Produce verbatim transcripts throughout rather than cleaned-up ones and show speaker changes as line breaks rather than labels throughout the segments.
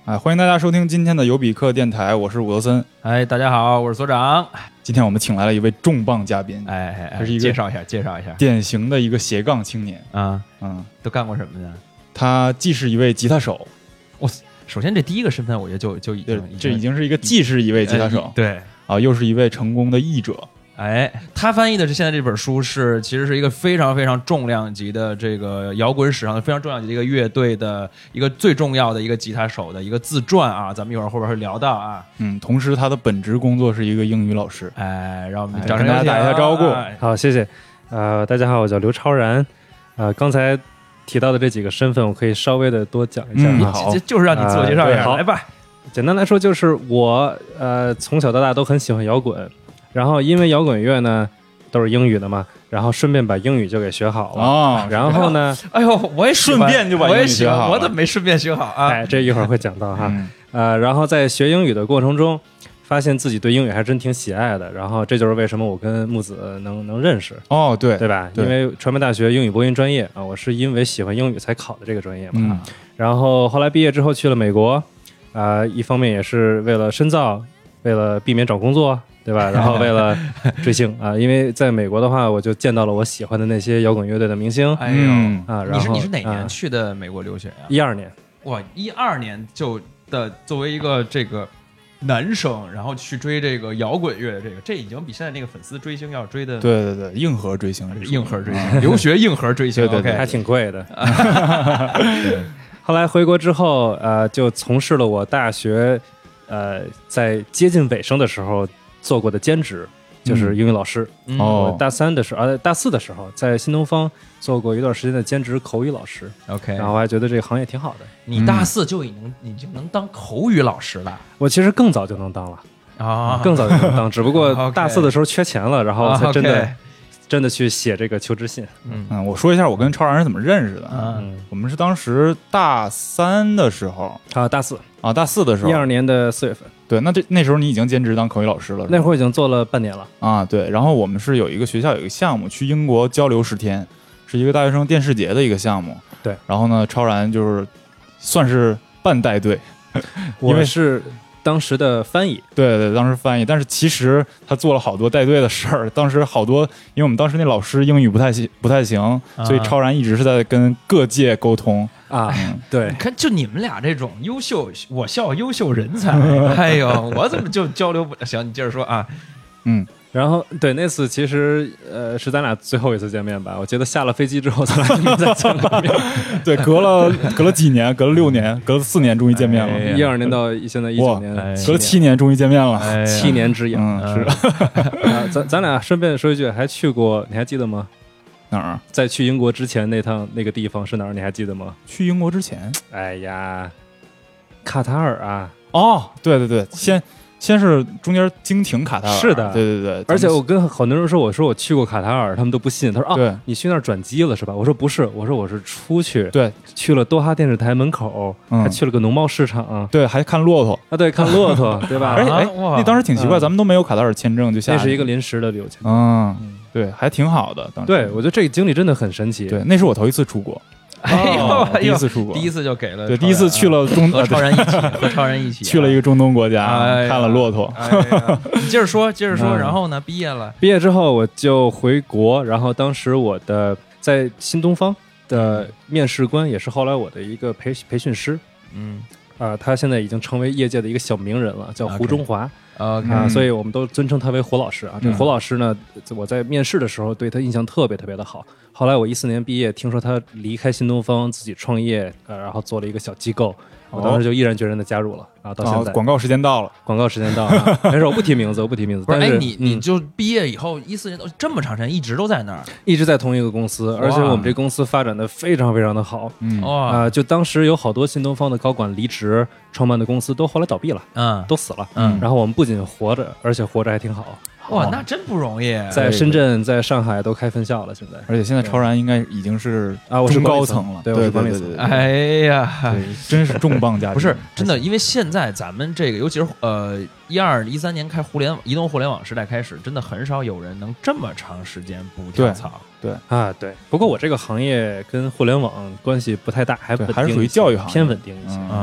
哎，欢迎大家收听今天的尤比克电台，我是伍德森。
哎，大家好，我是所长。
今天我们请来了一位重磅嘉宾，
哎哎哎，
他是一个
介绍一下，介绍一下，
典型的一个斜杠青年
啊，
嗯，
都干过什么呢？
他既是一位吉他手，
我首先这第一个身份，我觉得就就已经，
这已经是一个既是一位吉他手，
呃、对
啊，又是一位成功的译者。
哎，他翻译的是现在这本书是，其实是一个非常非常重量级的这个摇滚史上的非常重量级的一个乐队的一个最重要的一个吉他手的一个自传啊，咱们一会儿后边会聊到啊。
嗯，同时他的本职工作是一个英语老师。
哎，让我们
跟大家打一下招呼。
哎、
好，谢谢。呃，大家好，我叫刘超然。呃，刚才提到的这几个身份，我可以稍微的多讲一下。
嗯、
好，
就是让你自我介绍一下，
呃、
来吧。
简单来说，就是我呃从小到大都很喜欢摇滚，然后因为摇滚乐呢。都是英语的嘛，然后顺便把英语就给学好了。哦，然后呢，
哎呦，我也
顺便就把英语学好了，
我怎么没顺便学好啊？
哎，这一会儿会讲到哈。
嗯、
呃，然后在学英语的过程中，发现自己对英语还真挺喜爱的。然后这就是为什么我跟木子能能认识。
哦，对，
对吧？
对，
因为传媒大学英语播音专业啊，我是因为喜欢英语才考的这个专业嘛。
嗯、
然后后来毕业之后去了美国，啊、呃，一方面也是为了深造，为了避免找工作。对吧？然后为了追星啊，因为在美国的话，我就见到了我喜欢的那些摇滚乐队的明星。
哎呦
啊，然后
你是你是哪年去的美国留学呀？
一二年。
哇，一二年就的作为一个这个男生，然后去追这个摇滚乐的这个，这已经比现在那个粉丝追星要追的。
对对对，硬核追星，
硬核追星，留学硬核追星，
对对对，
还挺贵的。后来回国之后，呃，就从事了我大学呃在接近尾声的时候。做过的兼职就是英语老师。
嗯、哦，
大三的时候，呃，大四的时候在新东方做过一段时间的兼职口语老师。
OK，
然后我还觉得这个行业挺好的。
你大四就已经已经能当口语老师了？
我其实更早就能当了
啊，
更早就能当，只不过大四的时候缺钱了，然后才真的、
okay.
真的去写这个求职信。
嗯嗯，我说一下我跟超然是怎么认识的。
嗯，
我们是当时大三的时候
啊，大四
啊，大四的时候，
一二年的四月份。
对，那这那时候你已经兼职当口语老师了，
那会儿已经做了半年了
啊。对，然后我们是有一个学校有一个项目去英国交流十天，是一个大学生电视节的一个项目。
对，
然后呢，超然就是算是半带队，
因为是当时的翻译。
对对，当时翻译，但是其实他做了好多带队的事儿。当时好多，因为我们当时那老师英语不太行，不太行，
啊、
所以超然一直是在跟各界沟通。
啊，对，
你看，就你们俩这种优秀，我校优秀人才，哎呦，我怎么就交流不行？你接着说啊，
嗯，
然后对那次其实呃是咱俩最后一次见面吧？我觉得下了飞机之后咱俩就没再见过面，
对，隔了隔了几年，隔了六年，隔了四年，终于见面了。
一二、哎、年到现在一九年，
哎、隔了七年，终于见面了，
哎、
七年之痒、
嗯、是。
啊、咱咱俩顺便说一句，还去过，你还记得吗？
哪儿？
在去英国之前那趟那个地方是哪儿？你还记得吗？
去英国之前，
哎呀，卡塔尔啊！
哦，对对对，先先是中间经停卡塔尔，
是的，
对对对。
而且我跟很多人说，我说我去过卡塔尔，他们都不信。他说啊，
对，
你去那儿转机了是吧？我说不是，我说我是出去，
对，
去了多哈电视台门口，
嗯、
还去了个农贸市场、啊，
对，还看骆驼
啊，对，看骆驼，对吧？
而且哎，那当时挺奇怪、嗯，咱们都没有卡塔尔签证就下，
那是一个临时的旅游签证，
嗯。嗯对，还挺好的。当时
对，我觉得这个经历真的很神奇。
对，那是我头一次出国，
哎呦，
哦、第一次出国，
第一次就给了，
对，第一次去了中
和超人一起，和超人一起
去了一个中东国家，
哎、
看了骆驼。
哎、你接着说，接着说，然后呢？毕业了，
毕业之后我就回国，然后当时我的在新东方的面试官也是后来我的一个培培训师，
嗯
啊、呃，他现在已经成为业界的一个小名人了，叫胡中华。
Okay. OK，、
啊，所以我们都尊称他为胡老师啊。这个胡老师呢，我在面试的时候对他印象特别特别的好。后来我一四年毕业，听说他离开新东方自己创业，呃，然后做了一个小机构，我当时就毅然决然的加入了啊。到现在，
广告时间到了，
广告时间到了，啊、没事，我不提名字，我不提名字。但是，
哎，你你
嗯、
就毕业以后一四年都这么长时间，一直都在那儿，
一直在同一个公司，而且我们这公司发展的非常非常的好。
嗯
啊、呃，就当时有好多新东方的高管离职，创办的公司都后来倒闭了，
嗯，
都死了，
嗯。
然后我们不仅活着，而且活着还挺好。
哇，那真不容易，
在深圳、在上海都开分校了，现在。
而且现在超然应该已经是
啊，我是
高层了，
对，
对
对对对。
哎呀，
对，真是重磅嘉宾。
不是真的，因为现在咱们这个，尤其是呃一二一三年开互联移动互联网时代开始，真的很少有人能这么长时间不跳槽。
对
啊，对。不过我这个行业跟互联网关系不太大，还
还是属于教育行业，
偏稳定一些
啊。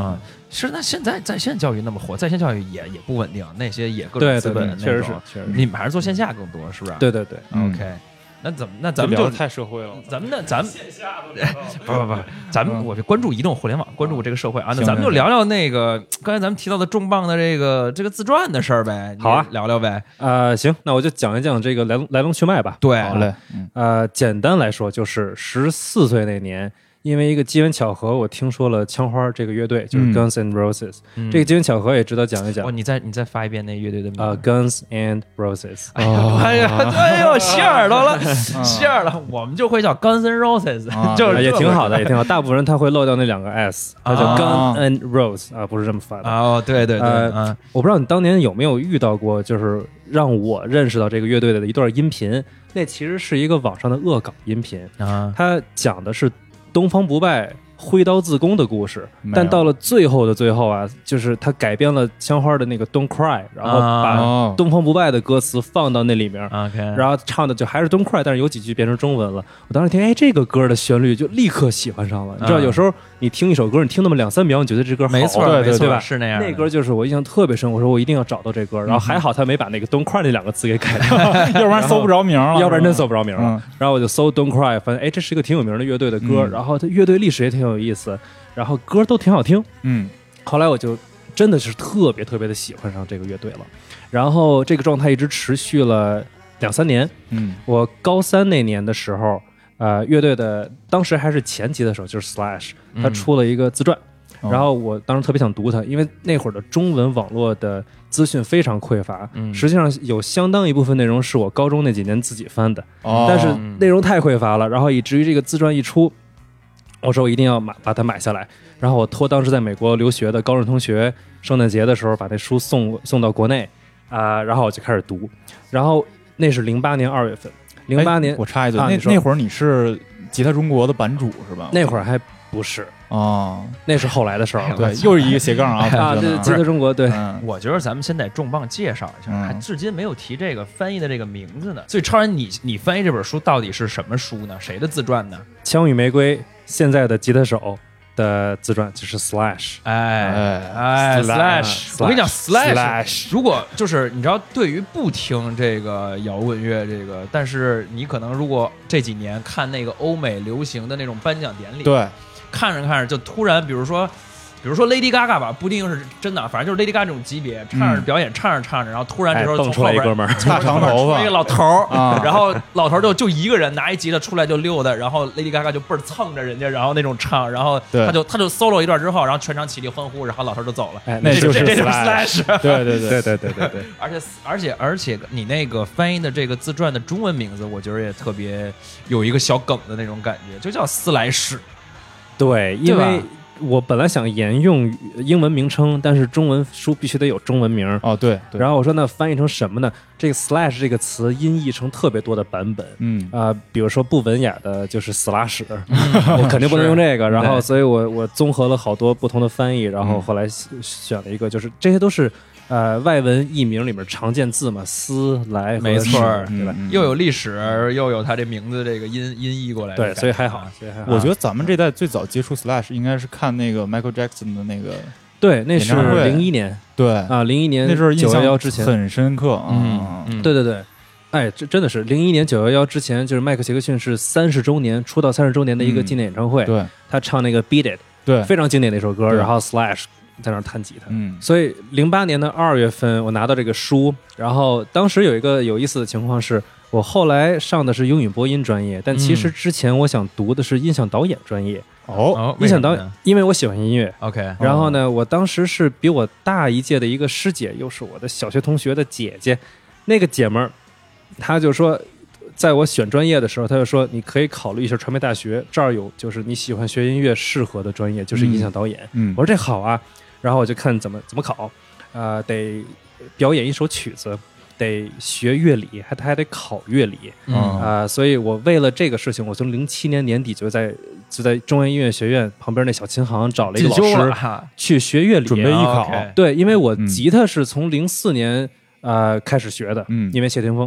是，那现在在线教育那么火，在线教育也也不稳定，那些也各种
对
资本
对对，确实是，确实是。
你们还是做线下更多，是不是？
对对对
，OK。那怎么？那咱们就
太社会了。
咱们那咱们
线下
不不不，咱们我就关注移动互联网，关注这个社会啊。那咱们就
行
聊聊那个刚才咱们提到的重磅的这个这个自传的事儿呗。
好啊，
聊聊呗。
呃，行，那我就讲一讲这个来龙来龙去脉吧。
对，
好嘞。嗯，
呃，简单来说，就是十四岁那年，因为一个机缘巧合，我听说了枪花这个乐队，就是 Guns and Roses。
嗯、
这个机缘巧合也值得讲一讲。
哦，你再你再发一遍那乐队的名字。
啊、uh, ，Guns and Roses。
哎呀，哎呀，哎呦，谢耳朵了，谢耳了。我们就会叫 Guns and Roses，、啊、就是
也挺好的，也挺好。大部分人他会漏掉那两个 s， 他叫 Guns and Rose 啊，不是这么发的。
哦，对对对。
呃，
嗯、
我不知道你当年有没有遇到过，就是让我认识到这个乐队的一段音频。那其实是一个网上的恶搞音频
啊，
它讲的是东方不败挥刀自宫的故事，但到了最后的最后啊，就是他改编了枪花的那个 Don't Cry， 然后把东方不败的歌词放到那里面，
啊、
然后唱的就还是 Don't Cry， 但是有几句变成中文了。我当时听，哎，这个歌的旋律就立刻喜欢上了。你知道，有时候你听一首歌，你听那么两三秒，你觉得这歌好，
没错，
对
没错，
对吧？
是那样。
那歌就是我印象特别深，我说我一定要找到这歌，然后还好他没把那个 Don't Cry 那两个字给改掉，
要不然搜不着名了，
要不然真搜不着名了。
嗯、
然后我就搜 Don't Cry， 发现哎，这是一个挺有名的乐队的歌，
嗯、
然后它乐队历史也挺有意思。然后歌都挺好听，
嗯，
后来我就真的是特别特别的喜欢上这个乐队了，然后这个状态一直持续了两三年，
嗯，
我高三那年的时候，呃，乐队的当时还是前级的时候，就是 Slash， 他出了一个自传，
嗯、
然后我当时特别想读它，因为那会儿的中文网络的资讯非常匮乏，
嗯，
实际上有相当一部分内容是我高中那几年自己翻的，
哦、
但是内容太匮乏了，然后以至于这个自传一出。我说我一定要买把它买下来，然后我托当时在美国留学的高中同学，圣诞节的时候把那书送送到国内啊、呃，然后我就开始读，然后那是零八年二月份，零八年、
哎、我插一句，
啊、
那那会儿你是吉他中国的版主是吧？
那会儿还不是
哦，
那是后来的事儿，
对，又是一个斜杠啊
啊，对，吉他中国，对、
嗯，我觉得咱们先得重磅介绍一下，
嗯、
还至今没有提这个翻译的这个名字呢。所以超人你，你你翻译这本书到底是什么书呢？谁的自传呢？
枪与玫瑰。现在的吉他手的自传就是 Slash，
哎哎 Slash， 我跟你讲
Slash，
如果就是你知道，对于不听这个摇滚乐这个，但是你可能如果这几年看那个欧美流行的那种颁奖典礼，
对，
看着看着就突然，比如说。比如说 Lady Gaga 吧，不一定是真的，反正就是 Lady Gaga 这种级别，唱着表演，唱着唱着，然后突然这时候
蹦出来一哥们儿，
大长头发，
一个老头儿，啊、然后老头儿就就一个人拿一吉他出来就溜达，然后 Lady Gaga 就倍儿蹭着人家，然后那种唱，然后他就他就 solo 一段之后，然后全场起立欢呼，然后老头儿就走了，
哎，
那就是
Slash，
对对
对对对对对对，
而且而且而且你那个翻译的这个自传的中文名字，我觉得也特别有一个小梗的那种感觉，就叫斯莱史，
对，因为。我本来想沿用英文名称，但是中文书必须得有中文名
哦，对。对
然后我说那翻译成什么呢？这个 slash 这个词音译成特别多的版本，
嗯
啊、呃，比如说不文雅的就是死拉屎，我肯定不能用这个。然后，所以我我综合了好多不同的翻译，然后后来选了一个，就是这些都是。呃，外文译名里面常见字嘛，斯莱，
没错，
对吧？
又有历史，又有他这名字这个音音译过来，
对，所以还好，所以还好。
我觉得咱们这代最早接触 Slash 应该是看那个 Michael Jackson 的那个，
对，那是零一年，
对
啊，零一年
那时候
九幺幺之前
很深刻，
嗯，嗯
对对对。哎，这真的是零一年九幺幺之前，就是迈克杰克逊是三十周年出道三十周年的一个纪念演唱会，
嗯、对，
他唱那个 Beat It，
对，
非常经典的一首歌，然后 Slash。在那儿弹吉他，
嗯，
所以零八年的二月份，我拿到这个书，然后当时有一个有意思的情况是，我后来上的是英语播音专业，但其实之前我想读的是音响导演专业。
哦，
音响导演，因为我喜欢音乐。
OK，
然后呢，我当时是比我大一届的一个师姐，又是我的小学同学的姐姐，那个姐们儿，她就说。在我选专业的时候，他就说你可以考虑一下传媒大学，这儿有就是你喜欢学音乐适合的专业，就是音响导演。
嗯，
我说这好啊，然后我就看怎么怎么考，呃，得表演一首曲子，得学乐理，还他还得考乐理，
嗯
啊、呃，所以我为了这个事情，我从零七年年底就在就在中央音乐学院旁边那小琴行找了一个老师去学乐理，
准备艺考。
对，因为我吉他是从零四年呃开始学的，
嗯，
因为谢霆锋。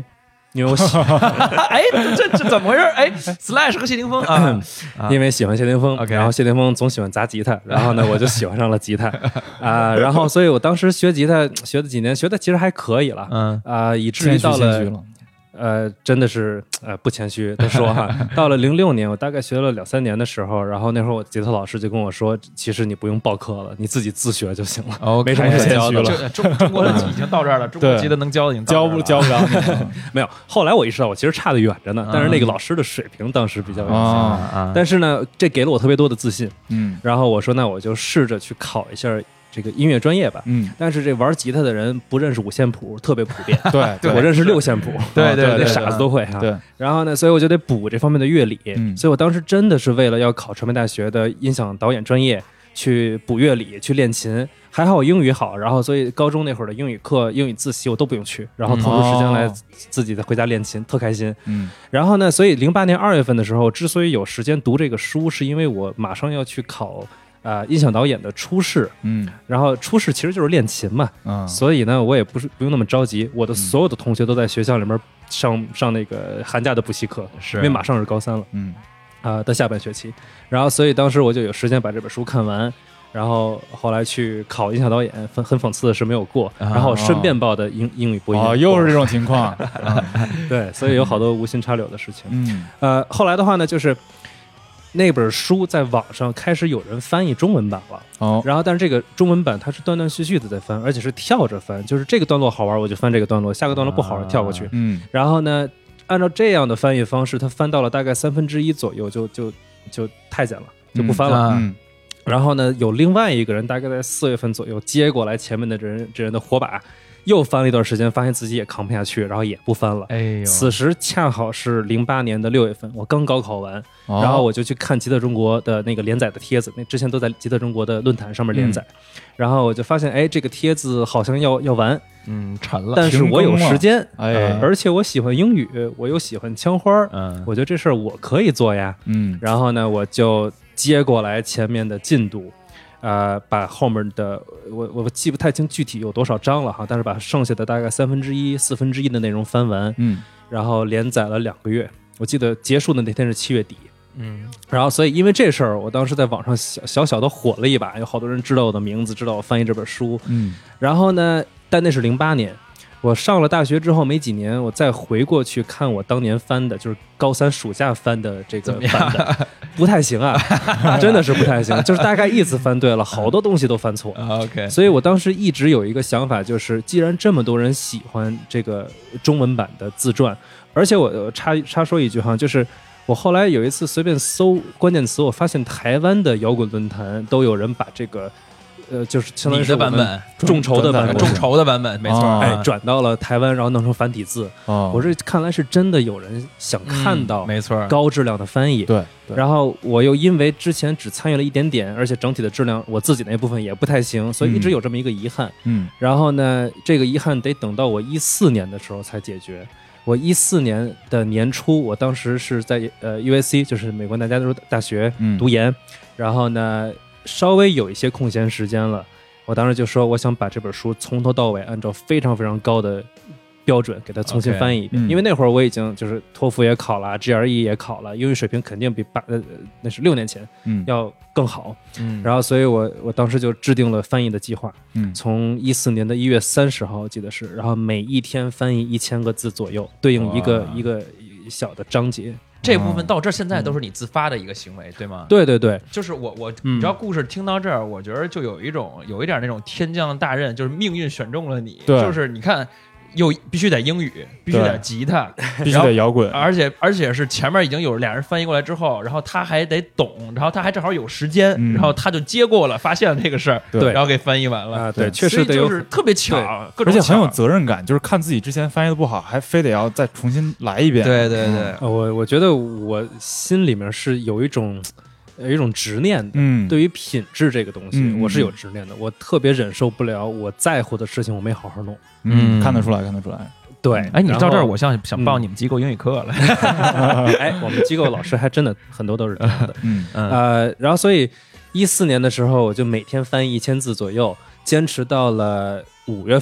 因为我喜
哎，这这怎么回事？哎 ，Slash 和谢霆锋啊，
因为喜欢谢霆锋，
OK
然后谢霆锋总喜欢砸吉他，然后呢，我就喜欢上了吉他啊、然后所以我当时学吉他学了几年，学的其实还可以了，
嗯
啊、以至于到了
谦虚谦虚了
呃，真的是呃不谦虚的说哈，到了零六年，我大概学了两三年的时候，然后那会儿我吉他老师就跟我说，其实你不用报课了，你自己自学就行了，
哦，
没什么可教的了。
这中中国已经到这儿了，中国吉他能教的已经
教不教不了你
没有。后来我意识到我其实差得远着呢，但是那个老师的水平当时比较有限。
啊，
啊，
但是呢，这给了我特别多的自信。
嗯
然后我说，那我就试着去考一下这个音乐专业吧。
嗯，
但是这玩吉他的人不认识五线谱，特别普遍。
对对
我认识六线谱，
对对对
那傻子都会哈。
对，
然后呢，所以我就得补这方面的乐理。
嗯
所以我当时真的是为了要考传媒大学的音响导演专业去补乐理，去练琴。还好我英语好，然后所以高中那会儿的英语课、英语自习我都不用去，然后腾出时间来
哦
自己在回家练琴，特开心。
嗯
然后呢，所以零八年二月份的时候，之所以有时间读这个书，是因为我马上要去考呃音响导演的初试，
嗯
然后初试其实就是练琴嘛，
啊，
所以呢，我也不是不用那么着急。我的所有的同学都在学校里面上上那个寒假的补习课，
是
因为马上是高三了
嗯
啊、呃的下半学期，然后所以当时我就有时间把这本书看完。然后后来去考音响导演，很很讽刺的是没有过，然后顺便报的英英语播音，
哦，又是这种情况，
对，所以有好多无心插柳的事情。
嗯
呃，后来的话呢，就是那本书在网上开始有人翻译中文版了，
哦
然后但是这个中文版它是断断续续的在翻，而且是跳着翻，就是这个段落好玩我就翻这个段落，下个段落不好玩跳过去。
嗯
然后呢，按照这样的翻译方式，它翻到了大概三分之一左右就就就太监了，就不翻了。
啊
嗯
然后呢，有另外一个人大概在四月份左右接过来前面的这人这人的火把，又翻了一段时间，发现自己也扛不下去，然后也不翻了。
哎呦，
此时恰好是零八年的六月份，我刚高考完，
哦
然后我就去看吉他中国的那个连载的帖子，那之前都在吉他中国的论坛上面连载，然后我就发现，哎，这个帖子好像要要完，
嗯沉了，
但是我有时间，
哎
呃而且我喜欢英语，我又喜欢枪花，
嗯
我觉得这事儿我可以做呀。
嗯
然后呢，我就接过来前面的进度。呃，把后面的我我记不太清具体有多少章了哈，但是把剩下的大概三分之一、四分之一的内容翻完，
嗯
然后连载了两个月。我记得结束的那天是七月底，
嗯
然后所以因为这事儿，我当时在网上小小小的火了一把，有好多人知道我的名字，知道我翻译这本书。
嗯
然后呢，但那是零八年，我上了大学之后没几年，我再回过去看我当年翻的，就是高三暑假翻的这个版的，不太行啊，真的是不太行，就是大概意思翻对了，好多东西都翻错。
，OK，
所以我当时一直有一个想法，就是既然这么多人喜欢这个中文版的自传，而且我我插插说一句哈，就是我后来有一次随便搜关键词，我发现台湾的摇滚论坛都有人把这个呃，就是相当于
你
是我们
的版本，
众筹的版本，
众筹的版本，没错，
哦
哎
啊
转到了台湾，然后弄成繁体字。
哦，
我这看来是真的有人想看到
嗯没错，
高质量的翻译。
对对，
然后我又因为之前只参与了一点点，而且整体的质量我自己那部分也不太行，所以一直有这么一个遗憾。
嗯
然后呢，这个遗憾得等到我一四年的时候才解决。我一四年的年初，我当时是在呃 U A C， 就是美国南加州大学
嗯
读研，然后呢稍微有一些空闲时间了，我当时就说我想把这本书从头到尾按照非常非常高的标准给它重新
OK，
翻译一遍，
嗯
因为那会儿我已经就是托福也考了 G R E 也考了，英语水平肯定比八呃那是六年前
嗯
要更好，
嗯，
然后所以我我当时就制定了翻译的计划，
嗯
从一四年的一月三十号我记得是，然后每一天翻译一千个字左右，对应一个
哇
一个小的章节。
这部分到这现在都是你自发的一个行为，对吗？
对对对，
就是我我
嗯
你知道故事听到这儿，我觉得就有一种有一点那种天降大任，就是命运选中了你，
对
就是你看。又必须得英语，必须得吉他，
必须得摇滚，
而且而且是前面已经有俩人翻译过来之后，然后他还得懂，然后他还正好有时间，
嗯
然后他就接过了，发现了这个事儿，
对
然后给翻译完了。
啊，对，
对
确实得有
所以就是特别巧，各种
而且很有
巧
责任感，就是看自己之前翻译的不好，还非得要再重新来一遍。
对对对，
呃我我觉得我心里面是有一种有一种执念的。
嗯，
对于品质这个东西，
嗯
我是有执念的。我特别忍受不了我在乎的事情我没好好弄。
嗯，
嗯
看得出来，看得出来。
对，
哎，你到这儿，
然后
我想想报你们机构英语课了。
哎，我们机构老师还真的很多都是这样的。
嗯
嗯
呃，然后所以一四年的时候，我就每天翻译一千字左右，坚持到了五月份。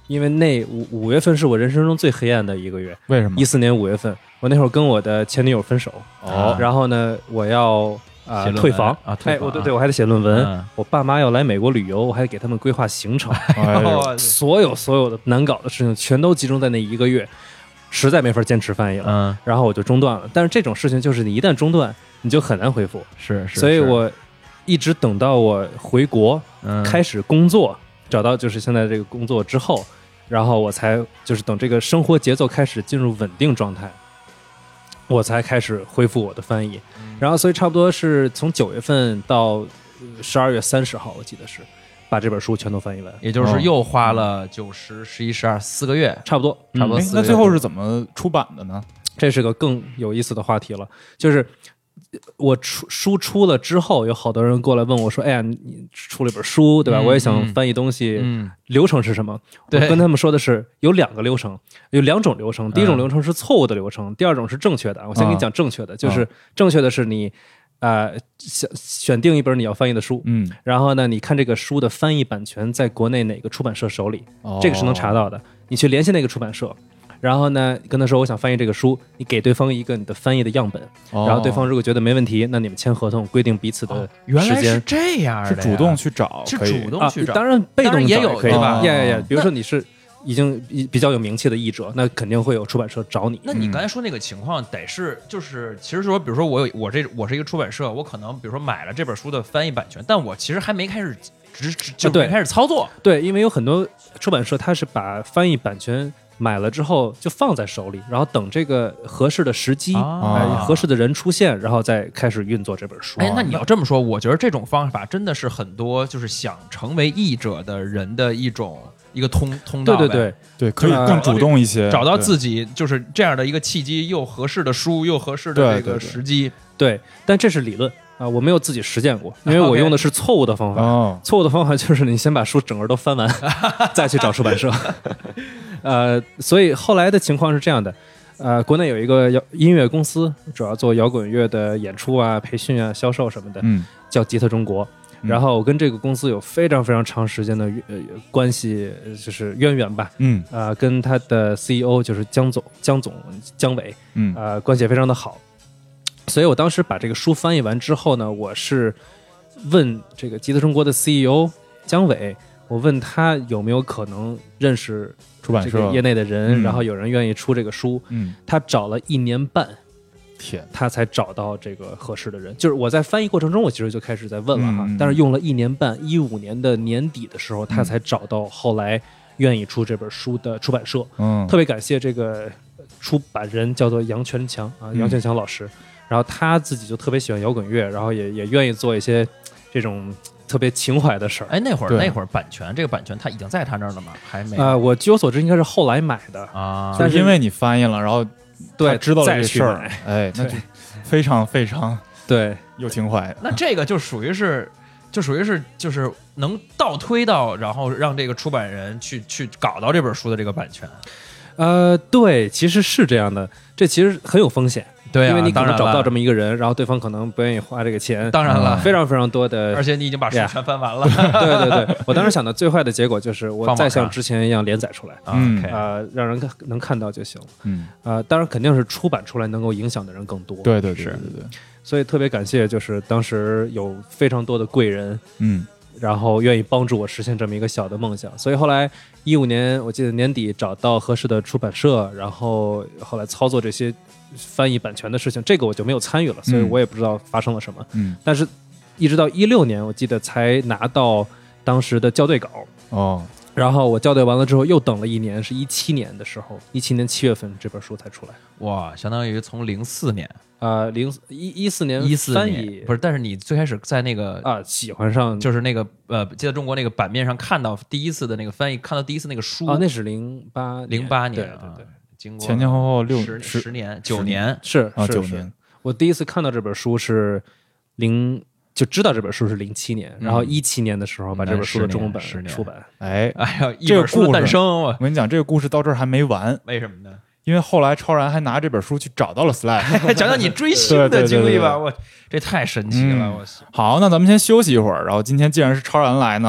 因为那五五月份是我人生中最黑暗的一个月。
为什么
一？四年五月份，我那会儿跟我的前女友分手，
哦
然后呢，我要啊、
写论文
退房
啊退房
哎，我对对，我还得写论文、
嗯
我爸妈要来美国旅游，我还得给他们规划行程，
哎呦
哦
所有所有的难搞的事情全都集中在那一个月，实在没法坚持翻译了，
嗯，
然后我就中断了。但是这种事情就是你一旦中断，你就很难恢复，
是是，是
所以我一直等到我回国、
嗯
开始工作，找到就是现在这个工作之后，然后我才就是等这个生活节奏开始进入稳定状态，我才开始恢复我的翻译。然后所以差不多是从九月份到十二月三十号，我记得是把这本书全都翻译完，
也就是又花了九十、十一、十二四个月，
差不多，嗯
差不多四个月
哎那最后是怎么出版的呢？
这是个更有意思的话题了，就是我出书出了之后，有好多人过来问我说：“哎呀，你你出了一本书，对吧？
嗯
我也想翻译东西，
嗯
流程是什么？”我
对
跟他们说的是有两个流程，有两种流程。第一种流程是错误的流程，第二种是正确的。我先给你讲正确的，就是正确的是你呃选选定一本你要翻译的书，
嗯，
然后呢，你看这个书的翻译版权在国内哪个出版社手里，
哦
这个是能查到的。你去联系那个出版社。然后呢，跟他说我想翻译这个书，你给对方一个你的翻译的样本，
哦
然后对方如果觉得没问题，那你们签合同，规定彼此的
原来是
时间。
这样的呀，
是主动去找，
是
可以
啊
主动去找，
当然被动
当然也
找可以
有对吧
呀呀呀
哦！
比如说你是已经比比较有名气的译者，那肯定会有出版社找你。
那你刚才说那个情况，得是就是，其实说，比如说我有我这我是一个出版社，我可能比如说买了这本书的翻译版权，但我其实还没开始，只只就
对
没开始操作。
对，因为有很多出版社它是把翻译版权买了之后就放在手里，然后等这个合适的时机、
啊
哎合适的人出现，然后再开始运作这本书。
哎，那你要这么说，我觉得这种方法真的是很多就是想成为译者的人的一种一个通通道呗。
对对对，
对，可以
呃
更主动一些，
找到
对
自己就是这样的一个契机，又合适的书，又合适的这个
对对对
时机。
对，但这是理论啊、我没有自己实践过，因为我
OK
用的是错误的方法。
哦，
错误的方法就是你先把书整个都翻完，再去找出版社。呃，所以后来的情况是这样的，呃，国内有一个摇音乐公司，主要做摇滚乐的演出啊、培训啊、销售什么的，
嗯
叫吉他中国。
嗯
然后我跟这个公司有非常非常长时间的呃关系，呃就是渊源吧。
嗯
呃，跟他的 C E O 就是江总、江总、江伟，
嗯
呃，关系也非常的好。所以我当时把这个书翻译完之后呢，我是问这个吉他中国的 C E O 江伟，我问他有没有可能认识
出版社
这个业内的人，
嗯
然后有人愿意出这个书。
嗯，
他找了一年半，
天，
他才找到这个合适的人。就是我在翻译过程中，我其实就开始在问了哈，
嗯嗯嗯
但是用了一年半，一五年的年底的时候，他才找到后来愿意出这本书的出版社。
嗯，
特别感谢这个出版人叫做杨全强啊，
嗯
杨全强老师。然后他自己就特别喜欢摇滚乐，然后也也愿意做一些这种特别情怀的事儿。
哎，那会儿
对
那会儿版权这个版权他已经在他那儿了吗？还没
啊、我据我所知应该是后来买的，
啊
但是
就是因为你翻译了，然后
对
他知道了
再
这事儿
去买，
哎，那就
对
非常非常
对
有情怀。
那这个就属于是，就属于是，就是能倒推到，然后让这个出版人去去搞到这本书的这个版权。
呃，对，其实是这样的，这其实很有风险，
对啊
因为你可
当然了
能找不到这么一个人，然后对方可能不愿意花这个钱，
当然了，
非常非常多的
而且你已经把书
Yeah
全翻完了。
对对对，我当时想的最坏的结果就是我
放网上
再像之前一样连载出来，
嗯
OK
啊、让人看能看到就行了。
嗯，
啊、当然肯定是出版出来能够影响的人更多。，
对对对
是
对对对，
所以特别感谢，就是当时有非常多的贵人，
嗯
然后愿意帮助我实现这么一个小的梦想。所以后来一五年，我记得年底找到合适的出版社，然后后来操作这些翻译版权的事情，这个我就没有参与了，所以我也不知道发生了什么。
嗯，
但是，一直到一六年，我记得才拿到当时的校对稿。
哦，
然后我校对完了之后，又等了一年，是一七年的时候，一七年七月份这本书才出来。
哇，相当于从零四年、
啊，零一一四年
一四
翻译
年不是，但是你最开始在那个
啊，喜欢上
就是那个呃，记得中国那个版面上看到第一次的那个翻译，看到第一次那个书
啊，那是零八
零八
对
年啊
对对，
经过
前前后后六
十
十
十年九年，
是
啊
是是
九年，
我第一次看到这本书是零，就知道这本书是零七年，然后一七年的时候把这本书的中文版
嗯十年
出版。
哎，
哎呀，一
这个
本书的
故事
诞生，我
我跟你讲，这个故事到这儿还没完，
为什么呢？
因为后来超然还拿这本书去找到了 Slack。
讲讲你追星的经历吧，我这太神奇了，
嗯
我
好，那咱们先休息一会儿，然后今天既然是超然来呢，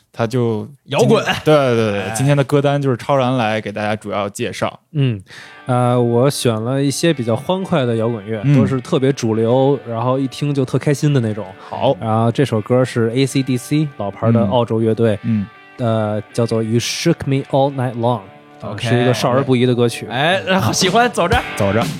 他就
摇滚，
对对对，今天的歌单就是超然来给大家主要介绍。
嗯，呃，我选了一些比较欢快的摇滚乐，
嗯、
都是特别主流，然后一听就特开心的那种。
好，
然后这首歌是 A C D C 老牌的澳洲乐队，
嗯，
呃，叫做 You Shook Me All Night Long，、okay, 是一个少儿不宜的歌曲。
哎，然后喜欢，走着，
走着。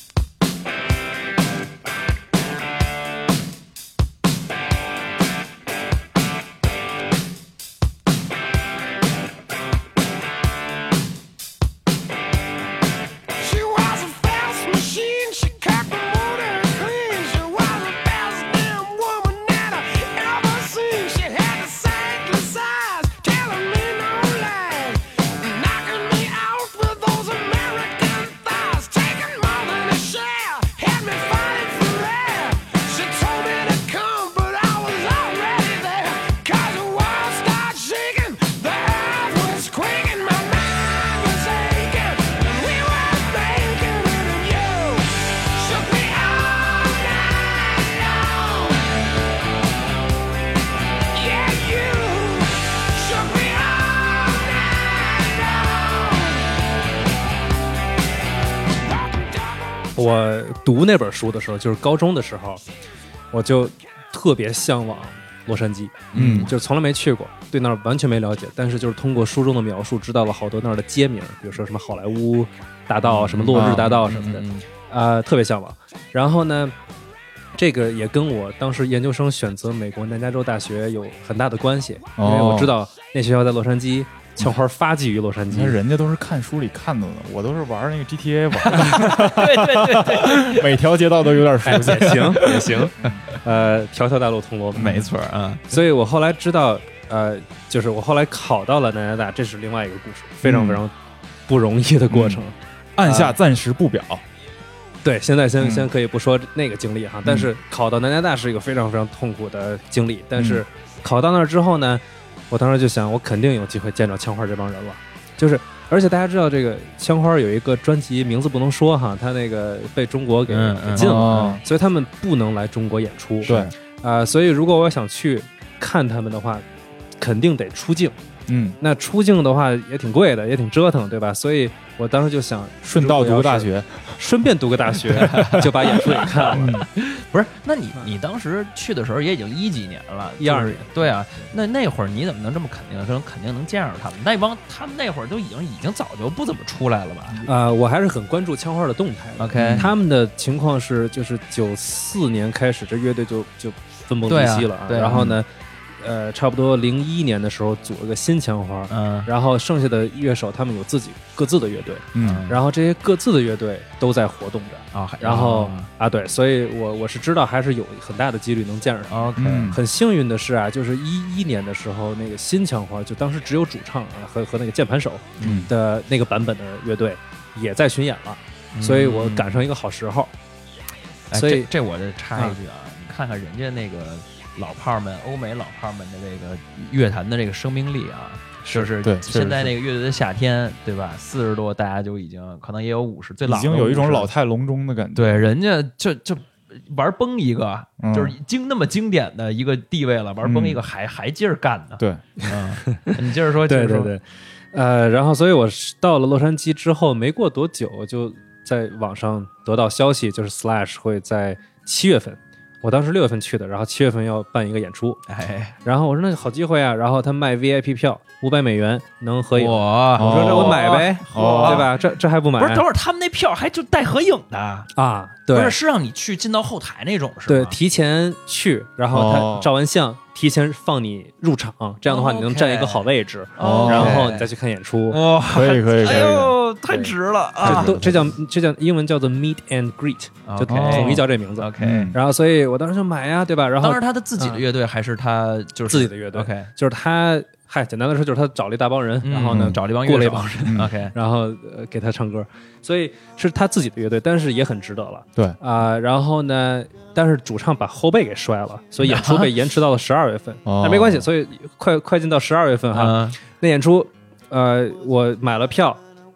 我读那本书的时候，就是高中的时候，我就特别向往洛杉矶，
嗯，
就从来没去过，对那儿完全没了解，但是就是通过书中的描述，知道了好多那儿的街名，比如说什么好莱坞大道、什么落日大道什么的，啊、嗯呃，特别向往。然后呢，这个也跟我当时研究生选择美国南加州大学有很大的关系，
哦、
因为我知道那学校在洛杉矶。枪花发迹于洛杉矶，
那人家都是看书里看到的，我都是玩那个 G T A 玩
的，对对对对，
每条街道都有点熟悉，
也行也行，呃，条条大路通罗马，
没错啊。
所以我后来知道，呃，就是我后来考到了南加大，这是另外一个故事，非常非常不容易的过程。
嗯、按下暂时不表，呃、
对，现在先、嗯、先可以不说那个经历哈，但是考到南加大是一个非常非常痛苦的经历，但是考到那儿之后呢？我当时就想，我肯定有机会见着枪花这帮人了，就是，而且大家知道这个枪花有一个专辑，名字不能说哈，他那个被中国给禁了、
嗯嗯，
所以他们不能来中国演出。
对，
啊、呃，所以如果我想去看他们的话，肯定得出境。
嗯，
那出境的话也挺贵的，也挺折腾，对吧？所以我当时就想
顺道读个大学，
顺便读个大学，就把演出给看了。
嗯、不是，那你你当时去的时候也已经一几年了，
一二年。
对啊，那那会儿你怎么能这么肯定说肯定能见着他们？那帮他们那会儿都已经已经早就不怎么出来了吧？
啊、呃，我还是很关注枪花的动态的。
OK，
他们的情况是，就是九四年开始，这乐队就就分崩离析了啊。
对啊对啊
然后呢？呃，差不多零一年的时候组了个新枪花，
嗯，
然后剩下的乐手他们有自己各自的乐队，
嗯，
然后这些各自的乐队都在活动着
啊、哦，
然后、
哦、
啊，对，所以我我是知道还是有很大的几率能见着他。
OK，、
嗯、
很幸运的是啊，就是一一年的时候，那个新枪花就当时只有主唱啊和和那个键盘手的那个版本的乐队也在巡演了，
嗯、
所以我赶上一个好时候。
哎、
所以
这这我这插一句啊，啊你看看人家那个。老炮们，欧美老炮们的这个乐坛的这个生命力啊，就是现在那个乐队的夏天，对吧？四十多，大家就已经可能也有五十，最老
已经有一种老态龙钟的感觉。
对，人家就就玩崩一个，
嗯、
就是经那么经典的一个地位了，玩崩一个还、嗯、还接着干呢。
对，
嗯，你接着说，接着说。
对对对，呃，然后所以我到了洛杉矶之后，没过多久就在网上得到消息，就是 Slash 会在七月份。我当时六月份去的，然后七月份要办一个演出，
哎，
然后我说那好机会啊，然后他卖 V I P 票五百美元能合影，
我
说这我买呗，
哦、
对吧？这这还不买？
不是，等会儿他们那票还就带合影的
啊？对，
不是是让你去进到后台那种是吧？
对，提前去，然后他照完相。
哦
提前放你入场，这样的话你能占一个好位置，
okay.
然后你再去看演出。
哦，
可以可以可以，
哎呦，太值了啊！
这都这叫这叫英文叫做 meet and greet， 就统一叫这名字。
OK，
然后所以我当时就买呀，对吧？然后
当时他的自己的乐队还是他就是
自己的乐队
，OK，
就是他。嗨，简单的说就是他找了一大帮人，
嗯、
然后呢
找了一帮
过了一帮人、
嗯、，OK，
然后、呃、给他唱歌，所以是他自己的乐队，但是也很值得了。
对
啊、呃，然后呢，但是主唱把后背给摔了，所以演出被延迟到了十二月份。
哦、
但没关系，所以快快进到十二月份哈、
嗯，
那演出，呃，我买了票，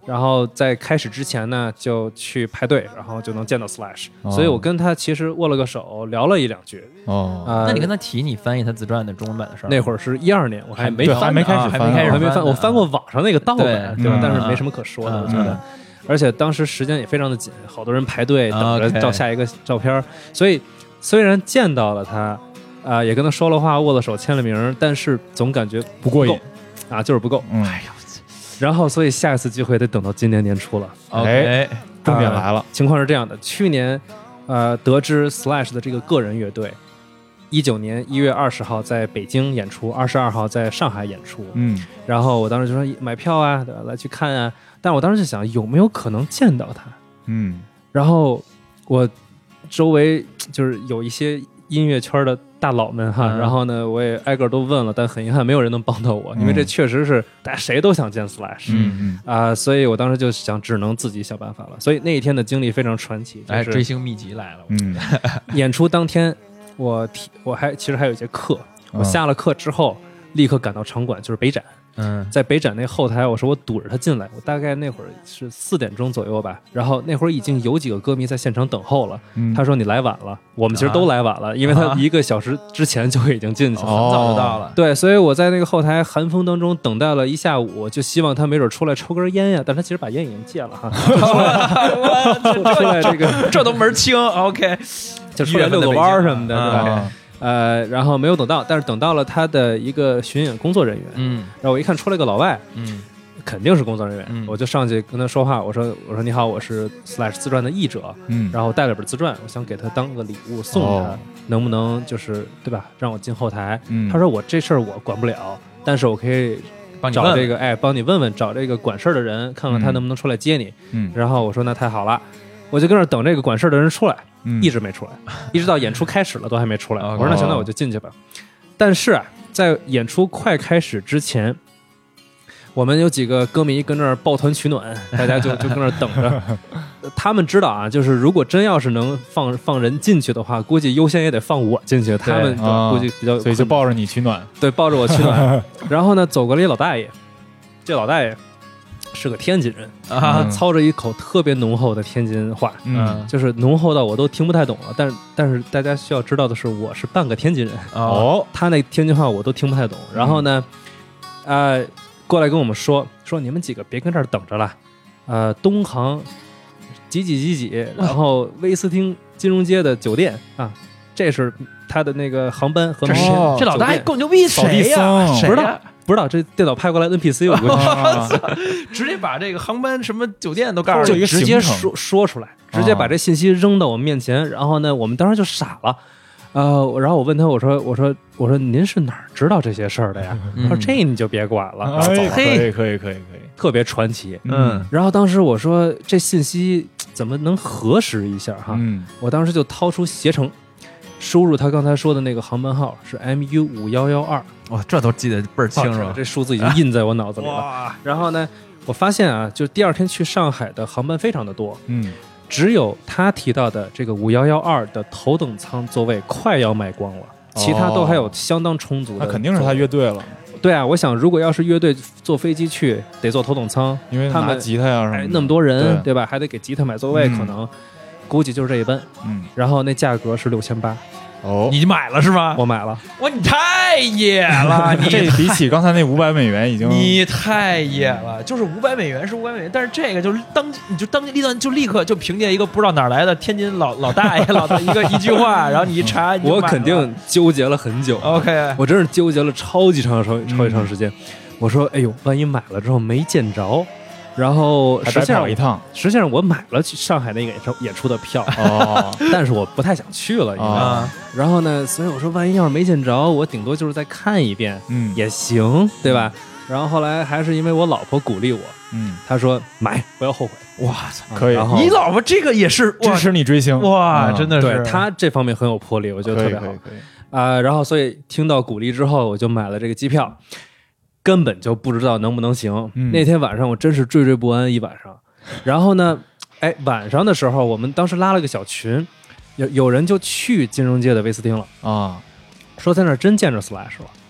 然后在开始之前呢，就去排队，然后就能见到 Slash，哦、所以我跟他其实握了个手，聊了一两句。
哦，
呃、
那你跟他提你翻译他自传的中文版的事儿？
那会儿是一二年，我还没翻，
还没开始翻，
还没开始
还没翻，我翻过网上那个盗版，对, 对吧、嗯？但是没什么可说的，
嗯、
我觉得。嗯、而且当时时间也非常的紧，好多人排队等着照下一个照片，
okay.
所以虽然见到了他，啊、呃，也跟他说了话，握了手，签了名，但是总感觉
不过瘾
啊，就是不够。
嗯、
哎呀。然后，所以下一次机会得等到今年年初了。
OK，
重点来了、呃。
情况是这样的，去年，呃，得知 Slash 的这个个人乐队，一九年一月二十号在北京演出，二十二号在上海演出。
嗯，
然后我当时就说买票啊，来去看啊。但我当时就想，有没有可能见到他？
嗯，
然后我周围就是有一些音乐圈的大佬们哈、嗯，然后呢，我也挨个都问了，但很遗憾，没有人能帮到我，嗯、因为这确实是大家谁都想见 Slash，
嗯嗯
啊、呃，所以我当时就想，只能自己想办法了。所以那一天的经历非常传奇，就是、
哎，追星秘籍来了。
嗯，
演出当天，我提我还其实还有一节课，我下了课之后、嗯、立刻赶到场馆，就是北展。
嗯，
在北展那后台，我说我堵着他进来，我大概那会儿是四点钟左右吧，然后那会儿已经有几个歌迷在现场等候了。
嗯、
他说你来晚了，我们其实都来晚了，啊、因为他一个小时之前就已经进去了，
很早就到了。
对，所以我在那个后台寒风当中等待了一下午，就希望他没准出来抽根烟呀，但他其实把烟已经戒了哈。出来出来这个
这都门清 ，OK，
就出来遛个弯什么的，对吧？
啊
呃，然后没有等到，但是等到了他的一个巡演工作人员，
嗯，
然后我一看出来个老外，
嗯，
肯定是工作人员，
嗯、
我就上去跟他说话，我说我说你好，我是 Slash 自传的译者，
嗯，
然后带了本自传，我想给他当个礼物送他，
哦、
能不能就是对吧，让我进后台？
嗯，
他说我这事儿我管不了，但是我可以找这个哎帮你问问，找这个管事儿的人，看看他能不能出来接你，
嗯，
然后我说那太好了，我就跟那等这个管事儿的人出来。
嗯、
一直没出来，一直到演出开始了都还没出来。
哦、
我说那行，那我就进去吧。但是啊，在演出快开始之前，我们有几个歌迷跟那儿抱团取暖，大家就就跟那儿等着。他们知道啊，就是如果真要是能放放人进去的话，估计优先也得放我进去。他们估计比较、
啊，所以就抱着你取暖，
对，抱着我取暖。然后呢，走过来一老大爷，这老大爷是个天津人啊，
嗯、
操着一口特别浓厚的天津话，
嗯，
就是浓厚到我都听不太懂了。但是但是大家需要知道的是，我是半个天津人
哦，
他那天津话我都听不太懂。然后呢，呃，过来跟我们说说你们几个别跟这儿等着了，呃，东航几几几几，然后威斯汀金融街的酒店啊，这是他的那个航班和
这谁、哦、这老大爷够牛逼，谁呀？
不知道。不知道这电脑派过来 N P C 有个、
啊，直接把这个航班什么酒店都告诉
你，直接说说出来，直接把这信息扔到我们面前。啊、然后呢，我们当时就傻了，呃，然后我问他，我说，我说，我说您是哪儿知道这些事儿的呀？
嗯、
他说这你就别管了，
嗯、
走了。
可以，可以，可以，可以，
特别传奇。
嗯，
然后当时我说这信息怎么能核实一下哈？
嗯，
我当时就掏出携程。输入他刚才说的那个航班号是 M U 五一一二，
哇，这都记得倍儿清楚，
这数字已经印在我脑子里了。
哇！
然后呢，我发现啊，就第二天去上海的航班非常的多，
嗯，
只有他提到的这个五一一二的头等舱座位快要卖光了，其他都还有相当充足的。
那肯定是他乐队了。
对啊，我想如果要是乐队坐飞机去，得坐头等舱，
因为
他们
吉他呀什么的，
哎，那么多人，对, 对吧？还得给吉他买座位，嗯、可能估计就是这一班。
嗯，
然后那价格是六千八。
哦，
你买了是吗？
我买了。
哇，你太野了！你
这比起刚才那五百美元已经，
你太野了。就是五百美元是五百美元，但是这个就是当你就当机立断，就立刻就凭借一个不知道哪来的天津老老大爷老的一个一句话，然后你一查，你
我肯定纠结了很久。
OK，
我真是纠结了超级长超超级长时间。嗯、我说，哎呦，万一买了之后没见着。然后实际上
一趟，
实际上我买了去上海那个演出演出的票，
哦，
但是我不太想去了，因为、
哦、
然后呢，所以我说万一要是没见着，我顶多就是再看一遍，
嗯，
也行，对吧？然后后来还是因为我老婆鼓励我，
嗯，
她说买不要后悔，
哇
操，
可以，
你老婆这个也是
支持你追星，
哇，真的是，
对她这方面很有魄力，我觉得特别好，啊、呃，然后所以听到鼓励之后，我就买了这个机票。根本就不知道能不能行、
嗯、
那天晚上我真是惴惴不安一晚上。然后呢，哎，晚上的时候我们当时拉了个小群，有有人就去金融街的威斯汀了
啊，
说在那儿真见着 Slash 了。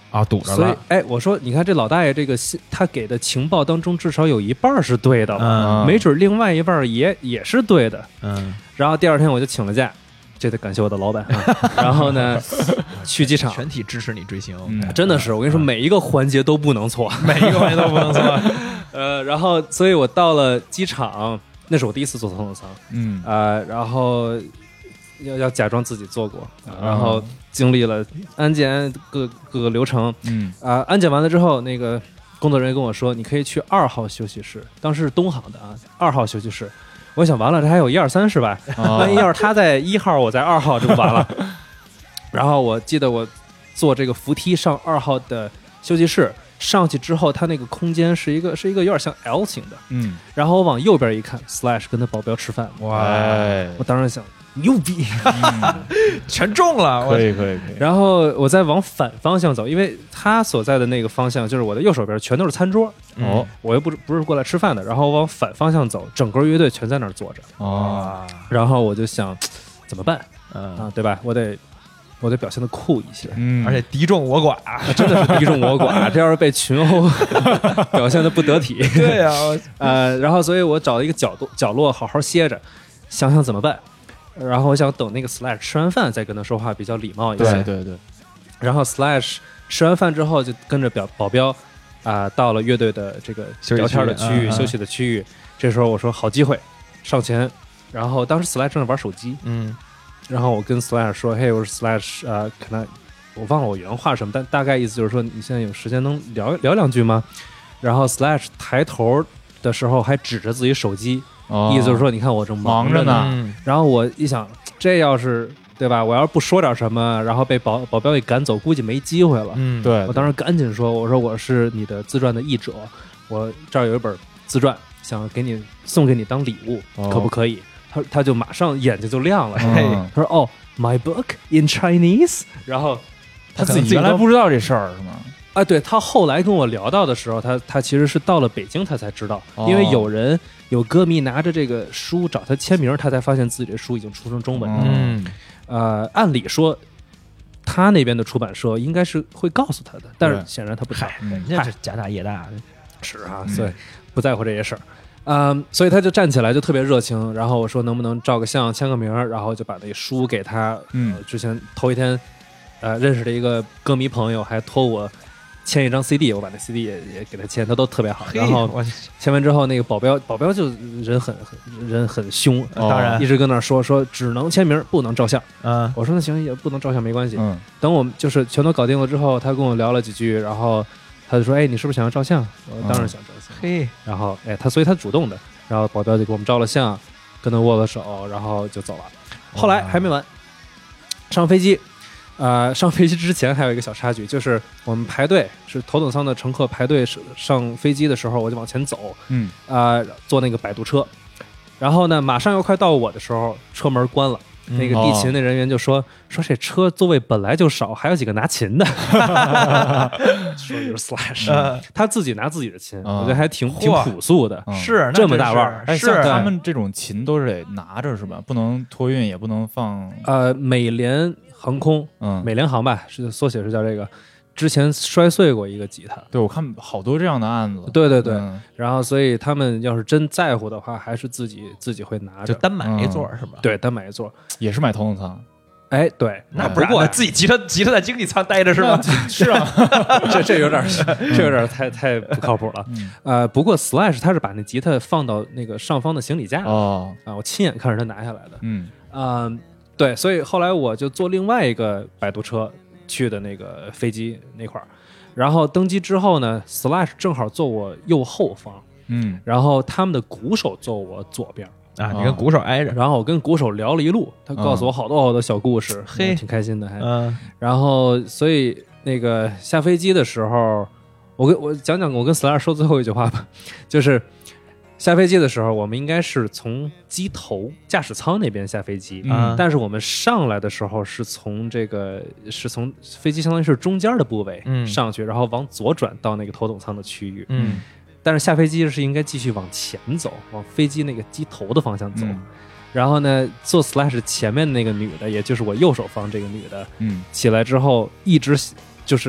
啊，堵着
所以
了。
哎，我说你看这老大爷这个信他给的情报当中至少有一半是对的了，
嗯
没准另外一半也也是对的。
嗯
然后第二天我就请了假，这得感谢我的老板啊。然后呢，去机场，
全体支持你追星，
嗯
真的是我跟你说，每一个环节都不能错，
每一个环节都不能错。
呃，然后所以我到了机场，那是我第一次坐头等舱，
嗯
呃，然后要要假装自己做过，然后经历了安检各各个流程，
嗯
啊、安检完了之后，那个工作人员跟我说，你可以去二号休息室，当时是东航的啊，二号休息室。我想完了，这还有一二三是吧？
哦
万一要是他在一号，我在二号，这不完了。然后我记得我坐这个扶梯上二号的休息室，上去之后，它那个空间是一个是一个有点像 L 型的。
嗯，
然后我往右边一看 ，Slash 跟他保镖吃饭，
哇，
哎
我当时想牛逼。
全中了，我
可以可以可以，
然后我再往反方向走，因为他所在的那个方向就是我的右手边全都是餐桌，
哦
我又不是不是过来吃饭的。然后往反方向走，整个乐队全在那儿坐着。
哦，
然后我就想怎么办
嗯，
啊，对吧？我得我得表现的酷一些，
嗯，
而且敌众我寡，
真的是敌众我寡。这要是被群殴，表现的不得体。
对呀，
呃，然后所以我找了一个角度角落好好歇着，想想怎么办。然后我想等那个 Slash 吃完饭再跟他说话，比较礼貌一些。
对对对，
然后 Slash 吃完饭之后就跟着表保镖啊、到了乐队的这个
休息
聊天的
区
区域、
嗯嗯
休息的区域。这时候我说好机会，上前。然后当时 Slash 正在玩手机，
嗯
然后我跟 Slash 说：“嘿，我是 Slash 啊、可能我忘了我原话什么，但大概意思就是说你现在有时间能聊聊两句吗？”然后 Slash 抬头的时候还指着自己手机，
哦
意思就是说你看我正着
忙着呢
嗯
然后我一想，这要是对吧？我要是不说点什么，然后被保保镖给赶走，估计没机会了。
嗯，
对，
我当时赶紧说：“我说我是你的自传的译者，我这儿有一本自传，想给你送给你当礼物，
哦
可不可以？”他他就马上眼睛就亮了，
嗯
他说：“哦，my book in Chinese。”然后
他自己
自己都
原来不知道这事儿是吗？
啊，对他后来跟我聊到的时候，他他其实是到了北京他才知道，
哦
因为有人有歌迷拿着这个书找他签名，他才发现自己的书已经出成中文了。
嗯
呃，按理说他那边的出版社应该是会告诉他的，但是
对
显然他不知道。
嗨，人家是家大业大的，
是啊，
嗯
所以不在乎这些事儿。嗯，所以他就站起来就特别热情，然后我说能不能照个相签个名儿，然后就把那书给他。
嗯
呃之前头一天，呃，认识的一个歌迷朋友还托我签一张 C D，我把那 C D 也也给他签，他都特别好。
嘿
然后
我
签完之后，那个保镖保镖就人很很人很凶，
哦
当然
一直跟那儿说说只能签名不能照相。
嗯
我说那行也不能照相没关系。
嗯
等我们就是全都搞定了之后，他跟我聊了几句，然后他就说：“哎，你是不是想要照相？”我说：“当然想照相。
嘿，
然后哎，他所以他主动的，然后保镖就给我们照了相，跟他握了手，然后就走了。后来还没完，上飞机，呃，上飞机之前还有一个小插曲，就是我们排队是头等舱的乘客排队是上飞机的时候，我就往前走，
嗯
啊、坐那个摆渡车，然后呢，马上要快到我的时候，车门关了。那个地勤的人员就说、说这车座位本来就少，还有几个拿琴的，说就是 Slash，、
嗯
他自己拿自己的琴，
啊
我觉得还挺挺
嚯
朴素的。
嗯
是那
这么
真是
大腕儿
哎，
是
像他们这种琴都是得拿着是吧？不能托运，也不能放。
呃，美联航空，
嗯，
美联航吧，是缩写是叫这个，之前摔碎过一个吉他。
对我看好多这样的案子。
对对对，
嗯
然后所以他们要是真在乎的话，还是自己自己会拿着，
就单买一座是吧？，
对，单买一座。
也是买头等舱。
哎，对，
那不过自己吉他吉他在经济舱待着是吧？
是啊，
这这有点这有点太太不靠谱了。
嗯
呃，不过 Slash 他是把那吉他放到那个上方的行李架啊、
哦，
我亲眼看着他拿下来的。
嗯
嗯、对，所以后来我就坐另外一个摆渡车去的那个飞机那块儿，然后登机之后呢 ，Slash 正好坐我右后方，
嗯
然后他们的鼓手坐我左边。
啊，你跟鼓手挨着，
然后我跟鼓手聊了一路，他告诉我好多好多小故事，
嘿
嗯挺开心的还。
嗯
然后所以那个下飞机的时候，我跟我讲讲我跟 Slash 说最后一句话吧，就是下飞机的时候，我们应该是从机头驾驶舱那边下飞机，
嗯
但是我们上来的时候是从这个是从飞机相当于是中间的部位
嗯
上去，然后往左转到那个头等舱的区域，
嗯
但是下飞机是应该继续往前走，往飞机那个机头的方向走。
嗯
然后呢，坐 Slash 前面那个女的，也就是我右手方这个女的，
嗯
起来之后一直就是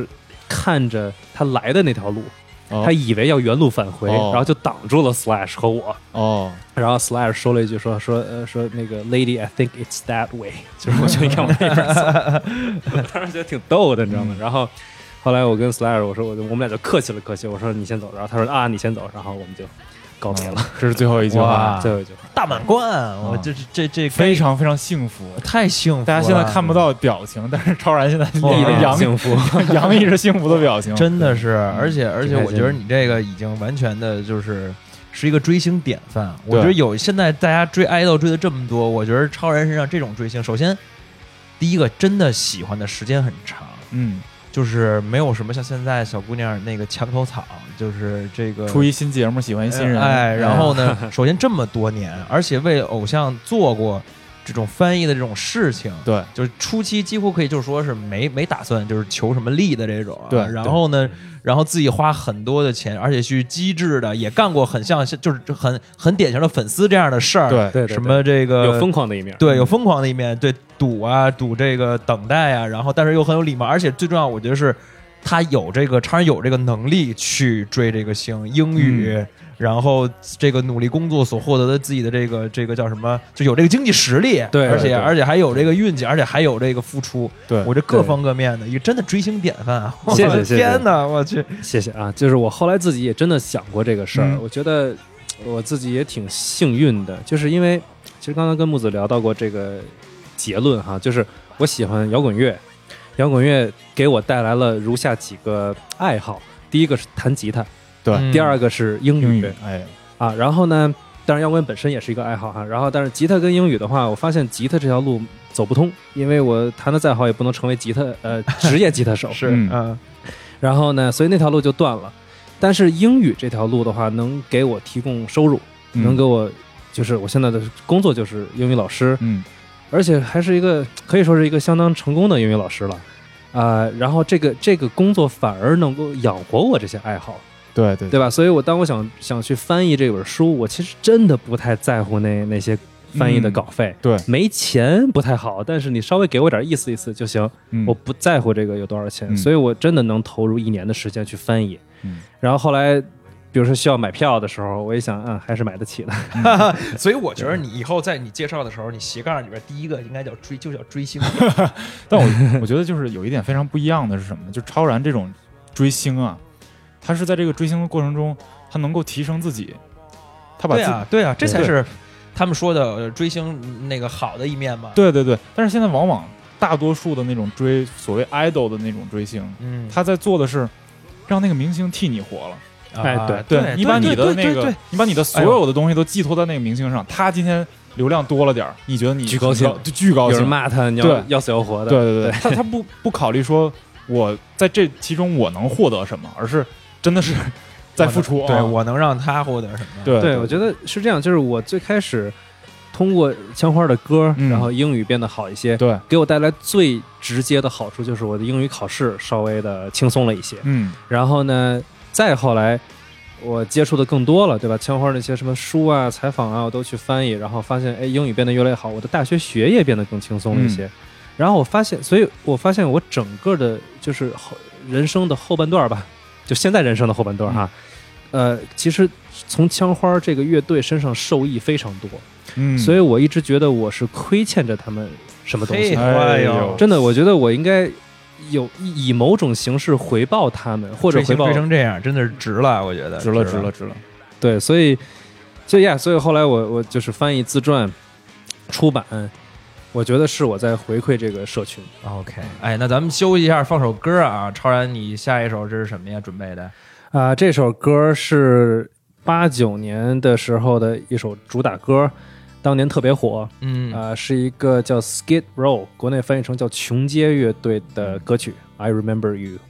看着他来的那条路，
哦
他以为要原路返回，
哦
然后就挡住了 Slash 和我。
哦，
然后 Slash 说了一句说说呃说那个 Lady I think it's that way， 就是我就应该往那边走。我当时觉得挺逗的，你知道吗？然后后来我跟 Slash 我说我就我们俩就客气了客气，我说你先走，然后他说啊你先走，然后我们就告别了。
这是最后一句话，
哇
最后一句话。
大满贯，我这这这
非常非常幸福。
太幸福了。
大家现在看不到表情，但是超然现在
哇
一直洋
幸福，
洋溢着幸福的表情，
真的是，而且而且，
挺开心
我觉得你这个已经完全的就是是一个追星典范。我
对
觉得有现在大家追爱豆追的这么多，我觉得超人身上这种追星，首先第一个真的喜欢的时间很长，
嗯，
就是没有什么像现在小姑娘那个墙头草，就是这个
出一新节目喜欢一新人，
哎，然后呢，首先这么多年，而且为偶像做过这种翻译的这种事情，
对，
就是初期几乎可以就是说是没没打算就是求什么利的这种、啊，
对
然后呢，然后自己花很多的钱，而且去机智的也干过很像就是很很典型的粉丝这样的事儿，
对
对对
什么这个
有疯狂的一面，
对，有疯狂的一面，对，赌啊，赌这个等待啊，然后但是又很有礼貌，而且最重要，我觉得是他有这个，常常有这个能力去追这个星，英语，
嗯、
然后这个努力工作所获得的自己的这个这个叫什么，就有这个经济实力，
对，
而且
对
而且还有这个运气，而且还有这个付出，
对
我这各方各面的一个真的追星典范啊！
谢谢谢谢
天哪，我去，
谢谢啊！就是我后来自己也真的想过这个事儿，
嗯、
我觉得我自己也挺幸运的，就是因为其实刚刚跟木子聊到过这个结论哈，就是我喜欢摇滚乐，摇滚乐给我带来了如下几个爱好：第一个是弹吉他，
对；
嗯、
第二个是英语，
英语哎
啊，然后呢，当然摇滚本身也是一个爱好哈。然后，但是吉他跟英语的话，我发现吉他这条路走不通，因为我弹的再好，也不能成为吉他呃职业吉他手。
是
嗯、
呃，
然后呢，所以那条路就断了。但是英语这条路的话，能给我提供收入，
嗯、
能给我就是我现在的工作就是英语老师，
嗯，
而且还是一个可以说是一个相当成功的英语老师了。啊、呃，然后这个这个工作反而能够养活我这些爱好，
对对
对吧？所以我当我想想去翻译这本书，我其实真的不太在乎那那些翻译的稿费，
嗯、对，
没钱不太好，但是你稍微给我点意思意思就行，
嗯、
我不在乎这个有多少钱，
嗯、
所以我真的能投入一年的时间去翻译。
嗯，
然后后来。比如说需要买票的时候，我一想，嗯，还是买得起的。
嗯、所以我觉得你以后在你介绍的时候，你斜杠里边第一个应该叫追，就叫追星。
但我我觉得就是有一点非常不一样的是什么？就超然这种追星啊，他是在这个追星的过程中，他能够提升自己，他把自
对啊，对啊，这才是他们说的追星那个好的一面嘛。
对对对，但是现在往往大多数的那种追所谓 idol 的那种追星，
嗯，
他在做的是让那个明星替你活了。
哎，对
对，你把你的那个，你把你的所有的东西都寄托在那个明星上，他今天流量多了点，你觉得你
巨高兴，
就巨高兴，
有人骂他，你要要死要活的，
对对对，他他不不考虑说我在这其中我能获得什么，而是真的是在付出，
对我能让他获得什么？
对
对，我觉得是这样，就是我最开始通过枪花的歌，然后英语变得好一些，
对，
给我带来最直接的好处就是我的英语考试稍微的轻松了一些，
嗯，
然后呢。再后来，我接触的更多了，对吧？枪花那些什么书啊、采访啊，我都去翻译，然后发现，哎，英语变得越来越好，我的大学学业变得更轻松了一些。嗯、然后我发现，所以我发现我整个的，就是人生的后半段吧，就现在人生的后半段哈，嗯、呃，其实从枪花这个乐队身上受益非常多。
嗯，
所以我一直觉得我是亏欠着他们什么东西。
哎呦，
真的，我觉得我应该。有以某种形式回报他们，或者回报
追成这样，真的是值了，我觉得
值了，值了，值了。
对，所以，所以呀，所以后来我我就是翻译自传出版，我觉得是我在回馈这个社群。
OK， 哎，那咱们休息一下，放首歌啊。超然，你下一首这是什么呀？准备的
啊、呃，这首歌是八九年的时候的一首主打歌。当年特别火，
嗯，
啊、呃，是一个叫 Skid Row， 国内翻译成叫琼街乐队的歌曲。I Remember You。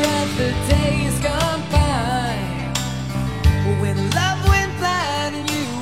When love went blind and you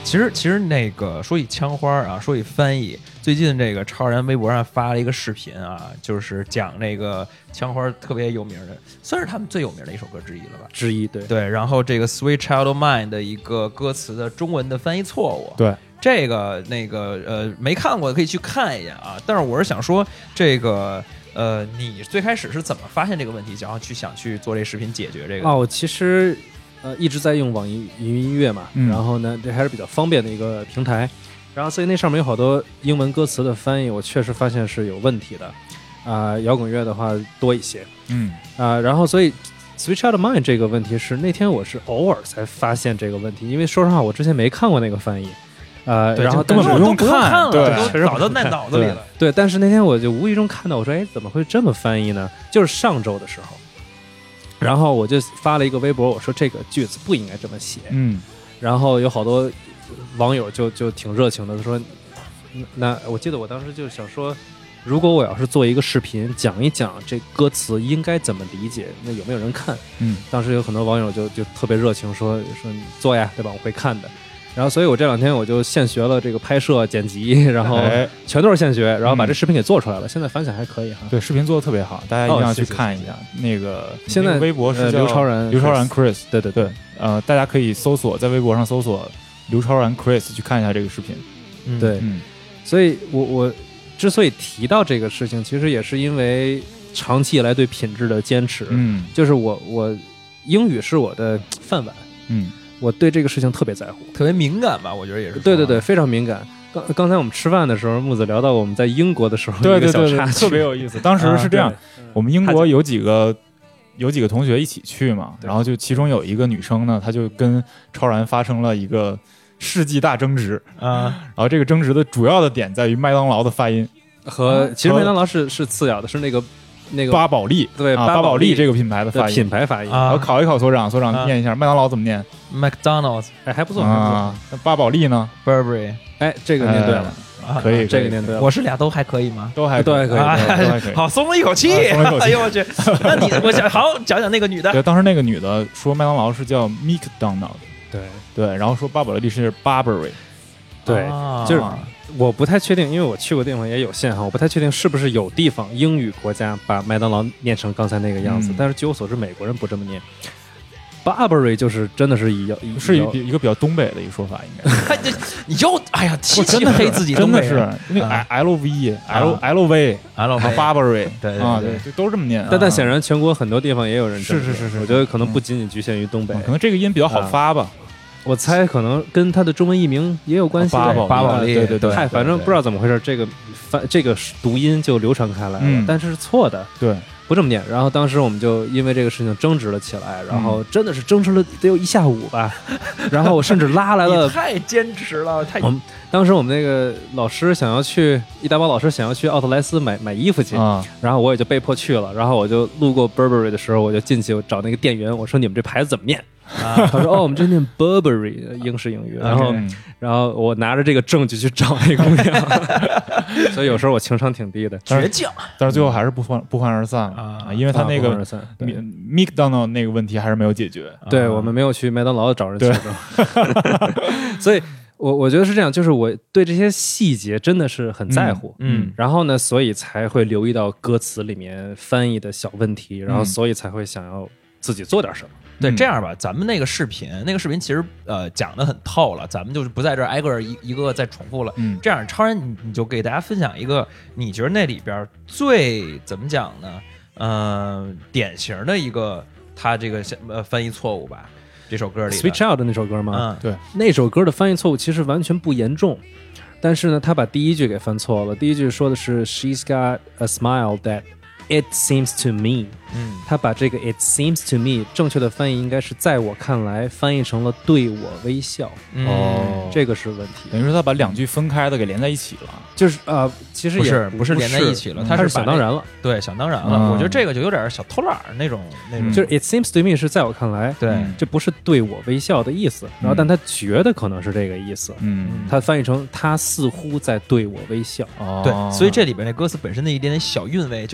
其实其实那个说起枪花啊，说起翻译，最近这个超然微博上发了一个视频啊，就是讲那个枪花特别有名的，算是他们最有名的一首歌之一了吧？
之一，对
对。然后这个 Sweet Child of Mine 的一个歌词的中文的翻译错误，
对。
这个那个呃没看过的可以去看一眼啊。但是我是想说，这个呃，你最开始是怎么发现这个问题，然后去想去做这视频解决这个？
哦，我其实呃一直在用网易云音乐嘛，
嗯、
然后呢，这还是比较方便的一个平台。然后所以那上面有好多英文歌词的翻译，我确实发现是有问题的。啊、呃，摇滚乐的话多一些，
嗯
啊、呃，然后所以 Sweet Child of Mine 这个问题是那天我是偶尔才发现这个问题，因为说实话我之前没看过那个翻译。呃，然后
根本
不
用看，
对，
都早就在脑子里了。
对，但是那天我就无意中看到，我说，哎，怎么会这么翻译呢？就是上周的时候，然后我就发了一个微博，我说这个句子不应该这么写。
嗯，
然后有好多网友就就挺热情的说，那我记得我当时就想说，如果我要是做一个视频讲一讲这歌词应该怎么理解，那有没有人看？
嗯，
当时有很多网友就就特别热情说说你做呀，对吧？我会看的。然后，所以我这两天我就现学了这个拍摄、剪辑，然后全都是现学，然后把这视频给做出来了。嗯、现在反响还可以哈。
对，视频做的特别好，大家一定要去看一下。哦、谢谢那个
现在、
那个、微博是叫、
呃、刘超然，
刘超然 Chris。
对对
对，呃，大家可以搜索在微博上搜索刘超然 Chris 去看一下这个视频。
嗯、对，
嗯，
所以我我之所以提到这个事情，其实也是因为长期以来对品质的坚持。
嗯，
就是我我英语是我的饭碗。
嗯。
我对这个事情特别在乎，
特别敏感吧？我觉得也是。
对对对，非常敏感。刚刚才我们吃饭的时候，木子聊到我们在英国的时候，
对对对
对，
特别有意思。当时是这样，啊、我们英国有几个有几个同学一起去嘛，然后就其中有一个女生呢，她就跟超然发生了一个世纪大争执啊。然后这个争执的主要的点在于麦当劳的发音
和其实麦当劳是是次要的，是那个。那个
巴宝莉，
对，
啊、巴宝莉这个品牌的发音，
品牌发音。
我考一考所长，所长念一下，麦当劳怎么念
？McDonald's，
哎，还不错
啊。那巴宝莉呢
？Burberry，
哎，这个念对了，
哎、可以，
这个念对了。
我是俩都还可以吗？
都还
都还可以，
都还可以。
好，松了一口气。哎呦我去！那你，我想好讲讲那个女的。
对，当时那个女的说麦当劳是叫 McDonald，
对
对，然后说巴宝莉是 Burberry，
对，
啊、
就是。我不太确定，因为我去过地方也有限哈，我不太确定是不是有地方英语国家把麦当劳念成刚才那个样子，
嗯、
但是据我所知，美国人不这么念。Burberry 就是真的是以
是一个比较东北的一个说法，应该。
你又哎呀，漆漆黑自己
真的是那
个
L V L L V
L
Burberry，
对
啊，对，都这么念。
但但显然全国很多地方也有人
是是是是，
我觉得可能不仅仅局限于东北，
可能这个音比较好发吧。
我猜可能跟它的中文译名也有关系。
巴宝
巴宝莉，
对对对，
嗨，反正不知道怎么回事，这个翻这个读音就流传开来了，
嗯、
但是是错的，
对，
不这么念。然后当时我们就因为这个事情争执了起来，然后真的是争执了得有一下午吧。然后我甚至拉来了，
太坚持了，太。
我们当时我们那个老师想要去一大帮老师想要去奥特莱斯买买衣服去，
啊、
然后我也就被迫去了。然后我就路过 Burberry 的时候，我就进去找那个店员，我说你们这牌子怎么念？啊，他说：“哦，我们这念 Burberry， 英式英语。”然后，
okay.
然后我拿着这个证据去找那姑娘，所以有时候我情商挺低的，
倔强。
但是最后还是不欢不欢而散啊，因为他那个 McDonald 那个问题还是没有解决。
对、
啊、
我们没有去麦当劳找人求证，所以我我觉得是这样，就是我对这些细节真的是很在乎，
嗯，嗯
然后呢，所以才会留意到歌词里面翻译的小问题，然后所以才会想要自己做点什么。
对，这样吧，咱们那个视频，那个视频其实呃讲得很透了，咱们就是不在这儿挨个一一个个再重复了。
嗯，
这样，超人你你就给大家分享一个你觉得那里边最怎么讲呢？呃，典型的一个他这个呃翻译错误吧，这首歌里
Sweet Child 的那首歌吗？
嗯，
对，
那首歌的翻译错误其实完全不严重，但是呢，他把第一句给翻错了。第一句说的是 She's got a smile that it seems to me。
嗯，
他把这个 it seems to me 正确的翻译应该是在我看来翻译成了对我微笑。
嗯、
哦，
这个是问题。
等于说他把两句分开的给连在一起了，
就是呃，其实也
不是不是连在一起了，他
是
想
当然了。
对，想当然了、嗯。我觉得这个就有点小偷懒那种那种。
就是 it seems to me 是在我看来，
对，
这不是对我微笑的意思。然后，但他觉得可能是这个意思。
嗯，
他翻译成他似乎在对我微笑。
哦，
对，所以这里边那歌词本身的一点点小韵味就就就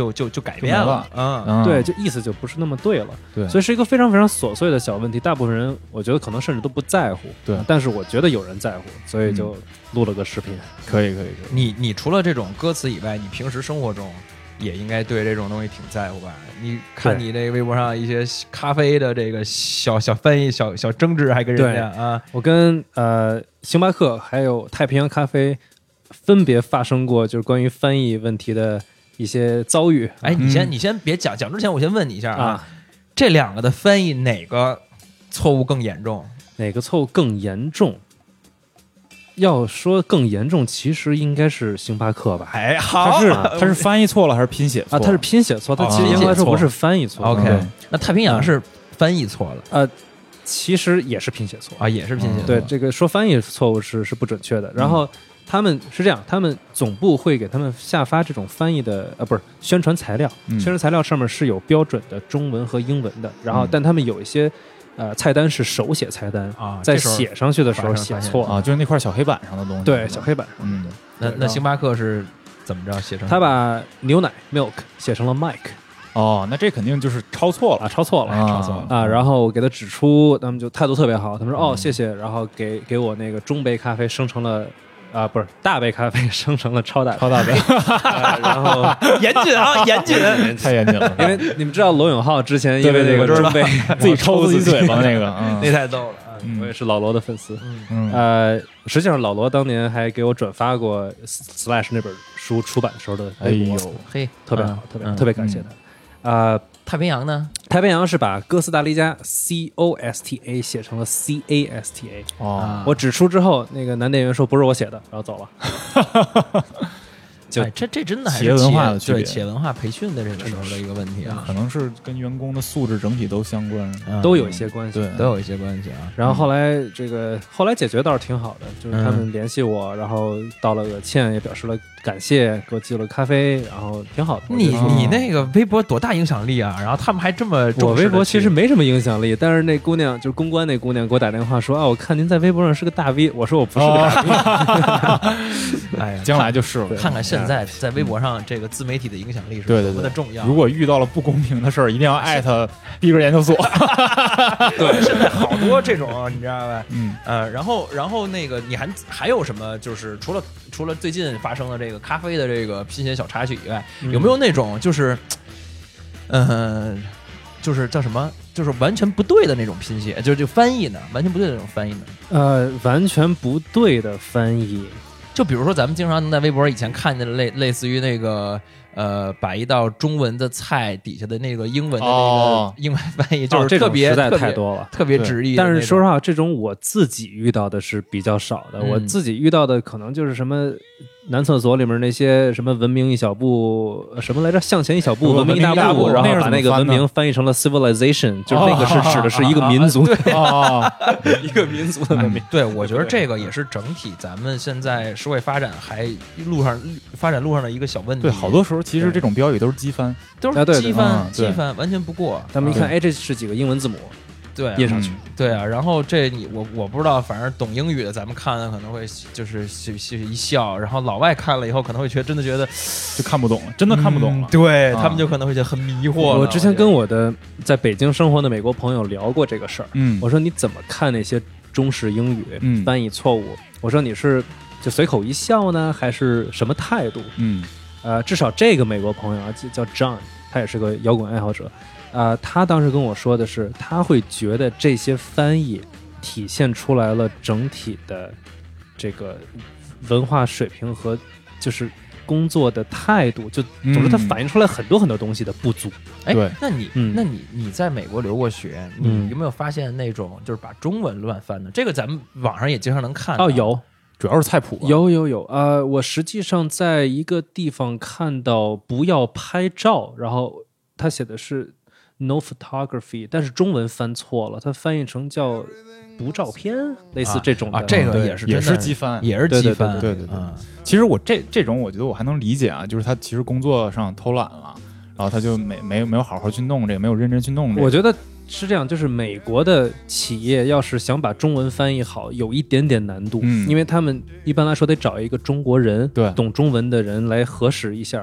改变了，
嗯，对，就意思就不是那么对了，
对，
所以是一个非常非常琐碎的小问题，大部分人我觉得可能甚至都不在乎，
对，
但是我觉得有人在乎，所以就录了个视频，
可以可以。
你你除了这种歌词以外，你平时生活中也应该对这种东西挺在乎吧？你看你这个微博上一些咖啡的这个小小翻译、小小争执，还跟人家啊，
我跟呃星巴克还有太平洋咖啡分别发生过就是关于翻译问题的一些遭遇。
哎，你先、嗯、你先别讲，讲之前我先问你一下啊，啊这两个的翻译哪个错误更严重？
哪个错误更严重？要说更严重，其实应该是星巴克吧？
哎，好，
他是他是翻译错了还是拼写错
啊？他是拼写错，他其实应该来说不是翻译错。
OK，、嗯、那太平洋是翻译错了，
呃，其实也是拼写错
啊，也是拼写错。
对，这个说翻译错误是是不准确的。然后他们是这样，他们总部会给他们下发这种翻译的呃，不是宣传材料，
嗯、
宣传材料上面是有标准的中文和英文的，然后、嗯、但他们有一些。呃，菜单是手写菜单
啊，
在写上去的时候写错
啊，就是那块小黑板上的东西。
对，小黑板上。
嗯，
那那星巴克是怎么着写成？
他把牛奶 milk 写成了 Mike。
哦，那这肯定就是抄错了，
啊，抄错了，
啊、
抄错了啊！然后我给他指出，他们就态度特别好，他们说、嗯、哦谢谢，然后给给我那个中杯咖啡生成了。啊，不是大杯咖啡生成了超大
超大杯，
呃、然后
严谨啊，严谨，
太严谨了。
因为你们知道罗永浩之前因为那个中杯
自己抽自己嘴巴那个，嗯、
那太逗了。
嗯、我也是老罗的粉丝。
嗯，
呃，实际上老罗当年还给我转发过 Slash 那本书出版的时候的微博，
哎呦，
嘿，
特别好，
嗯、
特别、
嗯、
特别感谢他。啊、呃，
太平洋呢？
太平洋是把哥斯达黎加 C O S T A 写成了 C A S T A。
哦，
我指出之后，那个男店员说不是我写的，然后走了。
哎，这这真的还是
企业文化的
对企业文化培训的这个时候的一个问题啊，
可能是跟员工的素质整体都相关，
嗯、都有一些关系，
对，
都有一些关系啊。
然后后来这个后来解决倒是挺好的，就是他们联系我，然后道了个歉，也表示了感谢，给我寄了咖啡，然后挺好的。
你你那个微博多大影响力啊？然后他们还这么重视。
我微博其实没什么影响力，但是那姑娘就是公关那姑娘给我打电话说啊，我看您在微博上是个大 V， 我说我不是个大 V。
哦、哎呀，将来就是了。
看看现在在微博上这个自媒体的影响力是多么的重要。
如果遇到了不公平的事儿，一定要艾特逼格研究所。
对，现在好多这种，你知道吧？
嗯
呃，然后然后那个你还还有什么？就是除了除了最近发生的这个咖啡的这个拼写小插曲以外，
嗯、
有没有那种就是，嗯、呃，就是叫什么？就是完全不对的那种拼写，就是就翻译呢，完全不对的那种翻译呢？
呃，完全不对的翻译。
就比如说，咱们经常能在微博以前看见的类类似于那个呃，把一道中文的菜底下的那个英文的那个英文翻译，
哦、
就是特别、
哦、实在太多了，
特别直译。
但是说实话，这种我自己遇到的是比较少的。
嗯、
我自己遇到的可能就是什么男厕所里面那些什么文明一小步，什么来着？向前一小步，文明一大步，然后把那个文明翻译成了 civilization， 就是那个是指的是一个民族，
哦、
一个民族的文明。
对，我觉得这个也是整体咱们现在社会发展还路上发展路上的一个小问题。
对，好多时候其实这种标语都是机翻，
都是机翻，机翻完全不过。
他们一看，哎，这是几个英文字母。
对、啊，
印上去、
嗯，对啊，然后这你我我不知道，反正懂英语的咱们看了可能会就是一笑，然后老外看了以后可能会觉得真的觉得
就看不懂了，真的看不懂了，
嗯、对、啊、他们就可能会觉得很迷惑。
我之前跟我的在北京生活的美国朋友聊过这个事儿，
嗯，
我说你怎么看那些中式英语、嗯、翻译错误？我说你是就随口一笑呢，还是什么态度？
嗯，
呃，至少这个美国朋友啊叫 John， 他也是个摇滚爱好者。呃，他当时跟我说的是，他会觉得这些翻译体现出来了整体的这个文化水平和就是工作的态度，就总之他反映出来很多很多东西的不足。
哎、
嗯，
那你、嗯、那你你在美国留过学，你有没有发现那种就是把中文乱翻的？这个咱们网上也经常能看到。
哦，有。
主要是菜谱、啊，
有有有，呃，我实际上在一个地方看到不要拍照，然后他写的是 no photography， 但是中文翻错了，他翻译成叫不照片，类似这种的。
啊，这个也是
也是机翻，
也是机翻，
对对对。嗯，其实我这这种我觉得我还能理解啊，就是他其实工作上偷懒了，然后他就没没有没有好好去弄这个，没有认真去弄这个。
我觉得是这样，就是美国的企业要是想把中文翻译好，有一点点难度，
嗯，
因为他们一般来说得找一个中国人，
对，
懂中文的人来核实一下。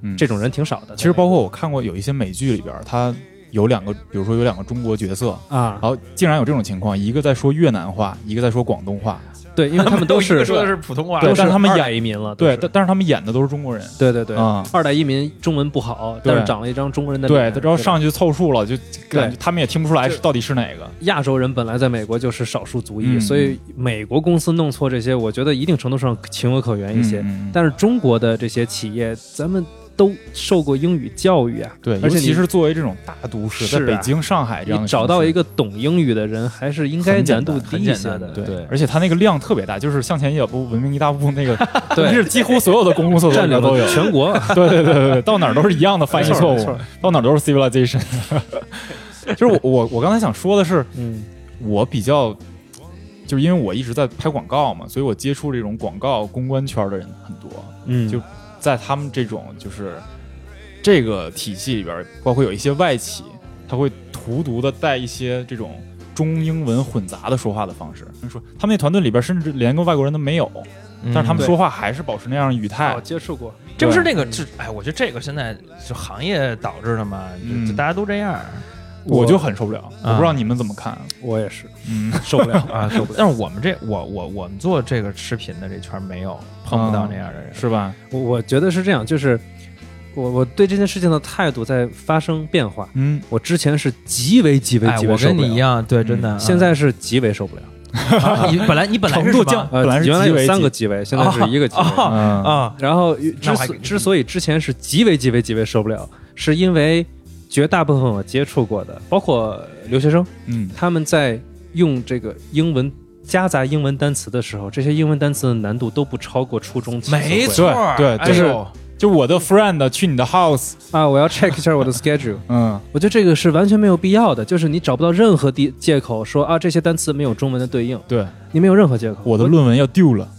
嗯、
这种人挺少的。
其实包括我看过有一些美剧里边，他有两个，比如说有两个中国角色啊，然后竟然有这种情况，一个在说越南话，一个在说广东话。
对，因为他们都是
说的是普通话，
对，但是他们演
移民了，
对，但但是他们演的都是中国人，
对对对，
啊、嗯，
二代移民中文不好，但是长了一张中国人的脸，
对，然后上去就凑数了，就感觉他们也听不出来是到底是哪个。
亚洲人本来在美国就是少数族裔，嗯、所以美国公司弄错这些，我觉得一定程度上情有可原一些。
嗯、
但是中国的这些企业，咱们都受过英语教育啊，
对，
而且
尤其是作为这种大都市，在北京、上海这样的，
你找到一个懂英语的人，还是应该难度低一些
的。
对，对而且它那个量特别大，就是向前一小步，文明一大步，那个
对，
是几乎所有的公共厕所里都有，
全国，
对对对对，到哪儿都是一样的翻译错误，到哪儿都是 civilization。就是我我我刚才想说的是，
嗯，
我比较。就是因为我一直在拍广告嘛，所以我接触这种广告公关圈的人很多，
嗯，
就在他们这种就是这个体系里边，包括有一些外企，他会荼毒的带一些这种中英文混杂的说话的方式。说他们那团队里边甚至连个外国人都没有，嗯、但是他们说话还是保持那样的语态。
我、哦、接触过，
这不是那个，就哎，我觉得这个现在就行业导致的嘛，嗯、就大家都这样。
我就很受不了，我不知道你们怎么看。
我也是，
嗯，
受不了
啊，受不了。但是我们这，我我我们做这个视频的这圈没有碰不到那样的人，
嗯、是吧？
我我觉得是这样，就是我我对这件事情的态度在发生变化。
嗯，
我之前是极为极为极为受不了，
我跟你一样，对，真的。
嗯、现在是极为受不了。
啊、你本来你本来是
程度降，
呃，
本来是
原来有三个极为，现在是一个极为
啊。啊啊
然后之所之所以之前是极为极为极为受不了，是因为。绝大部分我接触过的，包括留学生，
嗯，
他们在用这个英文夹杂英文单词的时候，这些英文单词的难度都不超过初中期。
没错，
对，对，就是、哎、就我的 friend 去你的 house
啊，我要 check 一下我的 schedule。
嗯，
我觉得这个是完全没有必要的，就是你找不到任何借口说啊这些单词没有中文的对应，
对
你没有任何借口。
我的论文要丢了。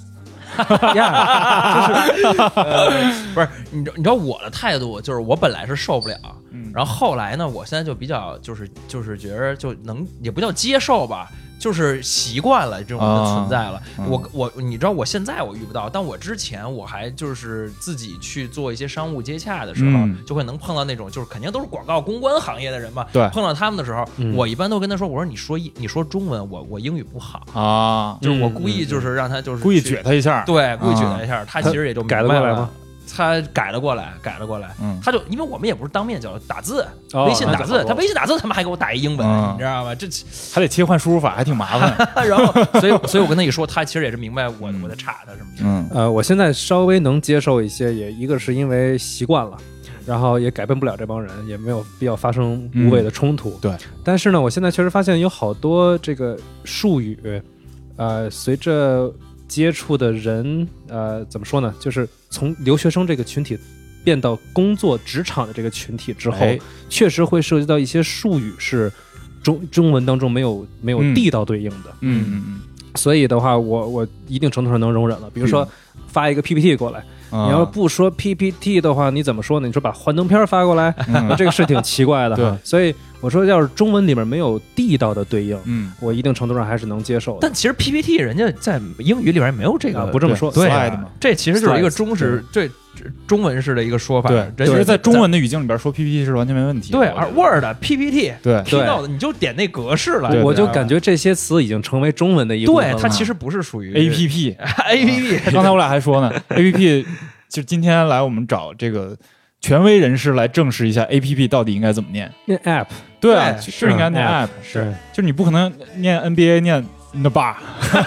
呀，就是、呃、不是你知你知道我的态度就是我本来是受不了，嗯，然后后来呢，我现在就比较就是就是觉得就能也不叫接受吧，就是习惯了这种的存在了。啊、我我你知道我现在我遇不到，但我之前我还就是自己去做一些商务接洽的时候，嗯、就会能碰到那种就是肯定都是广告公关行业的人嘛，
对，
碰到他们的时候，
嗯、
我一般都跟他说，我说你说你说中文，我我英语不好
啊，
就是我故意就是让他就是
故意撅他一下。
对，故意撅他一下，啊、他其实也就明白了。
改了过来吗？
他改了过来，改了过来。嗯，他就因为我们也不是当面交流，打字，
哦、
微信打字，他微信打字，他们还给我打一英文，
嗯、
你知道吗？这
还得切换输入法，还挺麻烦。
然后，所以，所以我跟他一说，他其实也是明白我、嗯、我在插他什么的。
嗯，
呃，我现在稍微能接受一些，也一个是因为习惯了。然后也改变不了这帮人，也没有必要发生无谓的冲突。
嗯、对，
但是呢，我现在确实发现有好多这个术语，呃，随着接触的人，呃，怎么说呢？就是从留学生这个群体变到工作职场的这个群体之后，
哎、
确实会涉及到一些术语是中中文当中没有没有地道对应的。
嗯嗯嗯。
所以的话，我我一定程度上能容忍了。比如说发一个 P P T 过来。
嗯、
你要不说 P P T 的话，你怎么说呢？你说把幻灯片发过来，嗯、这个是挺奇怪的。
对，
所以我说，要是中文里面没有地道的对应，
嗯，
我一定程度上还是能接受的。
但其实 P P T 人家在英语里边没有这个，
啊、不这么说，
对、
啊，
这其实就是一个中式对中文式的一个说法。
对，其实，在中文的语境里边说 P P T 是完全没问题的。
对，而 Word、P P T，
对，
听到的你就点那格式了。
我就感觉这些词已经成为中文的一部分了。
对，它其实不是属于
A P P，A
P P。
刚才我俩还说呢 ，A P P。就今天来我们找这个权威人士来证实一下 A P P 到底应该怎么念。
念 App，
对啊，是应该念 App，
是，
就你不可能念 N B A 念 N B A，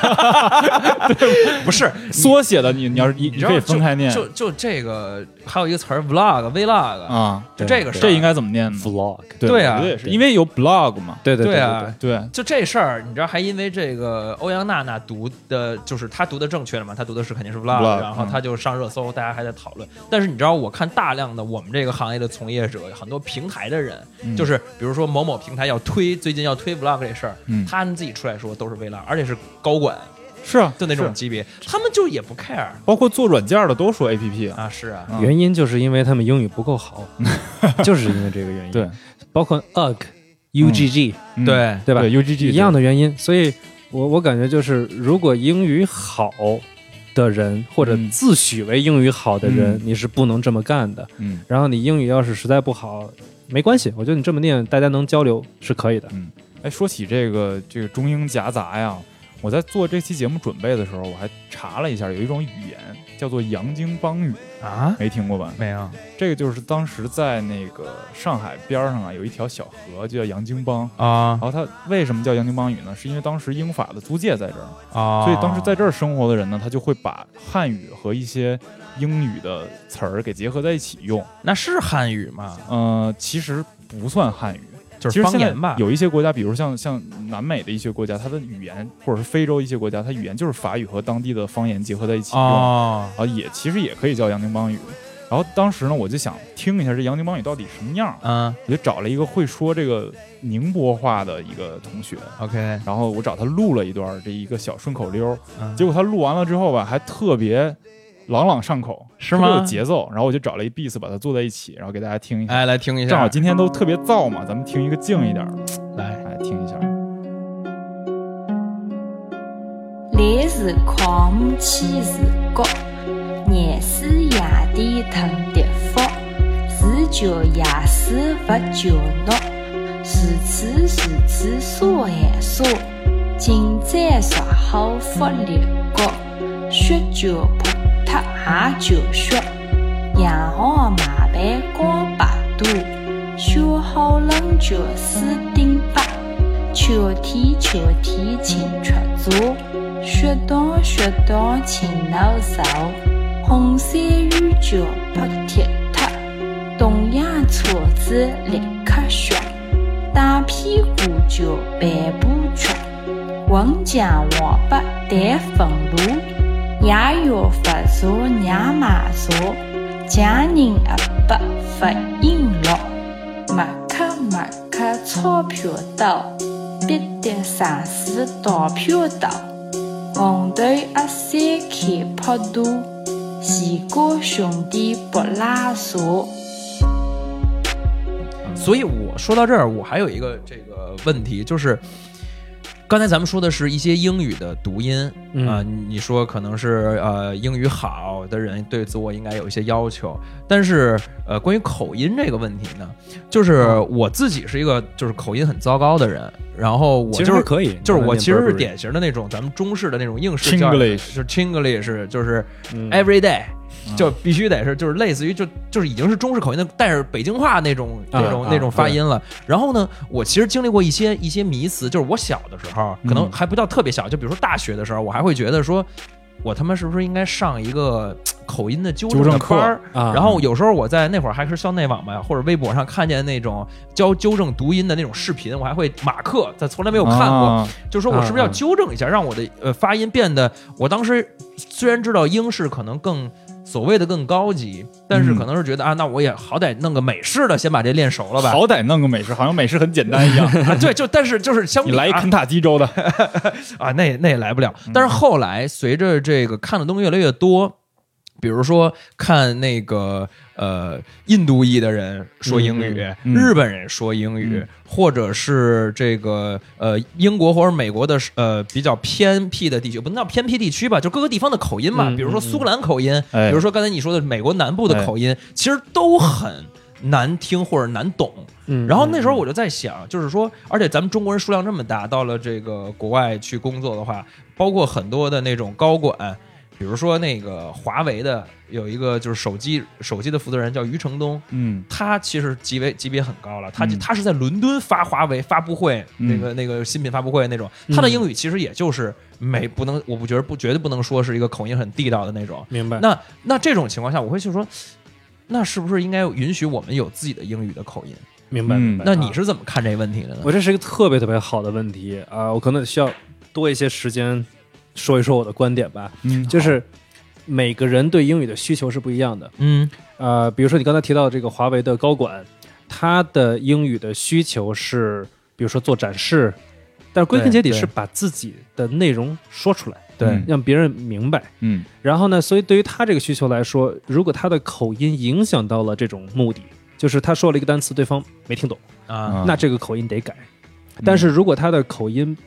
不是
缩写的，你你要是你可以分开念。
就就这个还有一个词儿 Vlog Vlog
啊，
就这个事儿，
这应该怎么念呢
？Vlog，
对啊，
因为有 blog 嘛，
对对
对啊，
对，
就这事儿，你知道还因为这个欧阳娜娜读的，就是她读的正确了嘛？她读的是肯定是 Vlog， 然后她就上热搜，大家还在讨论。但是你知道，我看大量的我们这个行业的从业者，很多平台的人，就是比如说某某平台要推，最近要推 Vlog 这事儿，他们自己出来说都是 Vlog， 而且是高管。
是啊，
就那种级别，他们就也不 care，
包括做软件的都说 A P P
啊，是啊，
原因就是因为他们英语不够好，就是因为这个原因。
对，
包括 U G G，
嗯、
对
对吧
？U G G
一样的原因，所以我我感觉就是，如果英语好， 的人或者自诩为英语好的人、
嗯、
你是不能这么干的。
嗯，
然后你英语要是实在不好没关系，我觉得你这么念大家能交流是可以的。
嗯，哎，说起这个这个中英夹杂呀，我在做这期节目准备的时候，我还查了一下，有一种语言叫做洋泾浜语
啊，
没听过吧？
没有。
这个就是当时在那个上海边上啊，有一条小河，就叫洋泾浜
啊。
然后它为什么叫洋泾浜语呢？是因为当时英法的租界在这儿
啊，
所以当时在这儿生活的人呢，他就会把汉语和一些英语的词儿给结合在一起用。
那是汉语吗？
呃，其实不算汉语。
就是方言吧。
有一些国家，比如像像南美的一些国家，它的语言，或者是非洲一些国家，它语言就是法语和当地的方言结合在一起用，
哦、
啊，也其实也可以叫洋泾浜语。然后当时呢，我就想听一下这洋泾浜语到底什么样，
嗯，
我就找了一个会说这个宁波话的一个同学
，OK，
然后我找他录了一段这一个小顺口溜，
嗯、
结果他录完了之后吧，还特别朗朗上口，
是吗？
有节奏，然后我就找了一 beats 把它做在一起，然后给大家听一下。
哎，来听一下。
正好今天都特别燥嘛，咱们听一个静一点的，
来，
来听一下。
来时靠母去时国，廿四夜地腾地福，自求夜水不求诺，如此如此沙海沙，今朝说好福利国，血酒破特也就血，养好马背高八度，修好冷酒四顶八，秋天秋天请吃足，雪冬雪冬请挠手，红山雨酒破铁塔，东洋车子立刻雪，大屁股酒白不缺，温江黄八带粉露，也要发茶娘马茶，家人阿伯发音乐，马克马克钞票到，必得上市刀票到，红豆阿三开破肚，西瓜兄弟不拉茶。
所以我说到这儿，我还有一个这个问题，就是刚才咱们说的是一些英语的读音啊、
嗯
呃，你说可能是呃英语好的人对自我应该有一些要求，但是呃关于口音这个问题呢，就是我自己是一个就是口音很糟糕的人，然后我就是
可以，
就是我其实是典型的那种咱们中式的那种应试教育，就是 Chinglish， 就是 every day。嗯就必须得是，就是类似于就就是已经是中式口音的，带着北京话那种那种、啊、那种发音了。然后呢，我其实经历过一些一些迷思，就是我小的时候，可能还不叫特别小，就比如说大学的时候，我还会觉得说，我他妈是不是应该上一个口音的纠正的班儿？
啊、
然后有时候我在那会儿还是校内网吧，或者微博上看见那种教纠正读音的那种视频，我还会马克，但从来没有看过，啊、就说我是不是要纠正一下，啊、让我的呃发音变得，我当时虽然知道英式可能更。所谓的更高级，但是可能是觉得、嗯、啊，那我也好歹弄个美式的，先把这练熟了吧。
好歹弄个美式，好像美式很简单一样。
啊、对，就但是就是相比、啊、
你来一肯塔基州的
啊，那那也来不了。但是后来随着这个看的东西越来越多，比如说看那个呃印度裔的人说英语，
嗯、
日本人说英语，嗯、或者是这个呃英国或者美国的呃比较偏僻的地区，不能叫偏僻地区吧，就各个地方的口音嘛，
嗯、
比如说苏格兰口音，
嗯、
比如说刚才你说的美国南部的口音，哎、其实都很难听或者难懂。
嗯，
然后那时候我就在想，就是说，而且咱们中国人数量这么大，到了这个国外去工作的话，包括很多的那种高管。比如说那个华为的有一个就是手机手机的负责人叫余承东，
嗯，
他其实级别级别很高了，他、嗯、他是在伦敦发华为发布会、嗯、那个那个新品发布会那种，他的英语其实也就是没不能，我不觉得不绝对不能说是一个口音很地道的那种，
明白？
那那这种情况下，我会去说，那是不是应该允许我们有自己的英语的口音？
明白明白。
那你是怎么看这个问题的呢？
我这是一个特别特别好的问题啊、呃，我可能需要多一些时间。说一说我的观点吧，
嗯，
就是每个人对英语的需求是不一样的，
嗯，
呃，比如说你刚才提到这个华为的高管，他的英语的需求是，比如说做展示，但是归根结底是把自己的内容说出来，
对，
让别人明白，
嗯，
然后呢，所以对于他这个需求来说，如果他的口音影响到了这种目的，就是他说了一个单词，对方没听懂
啊，
那这个口音得改，但是如果他的口音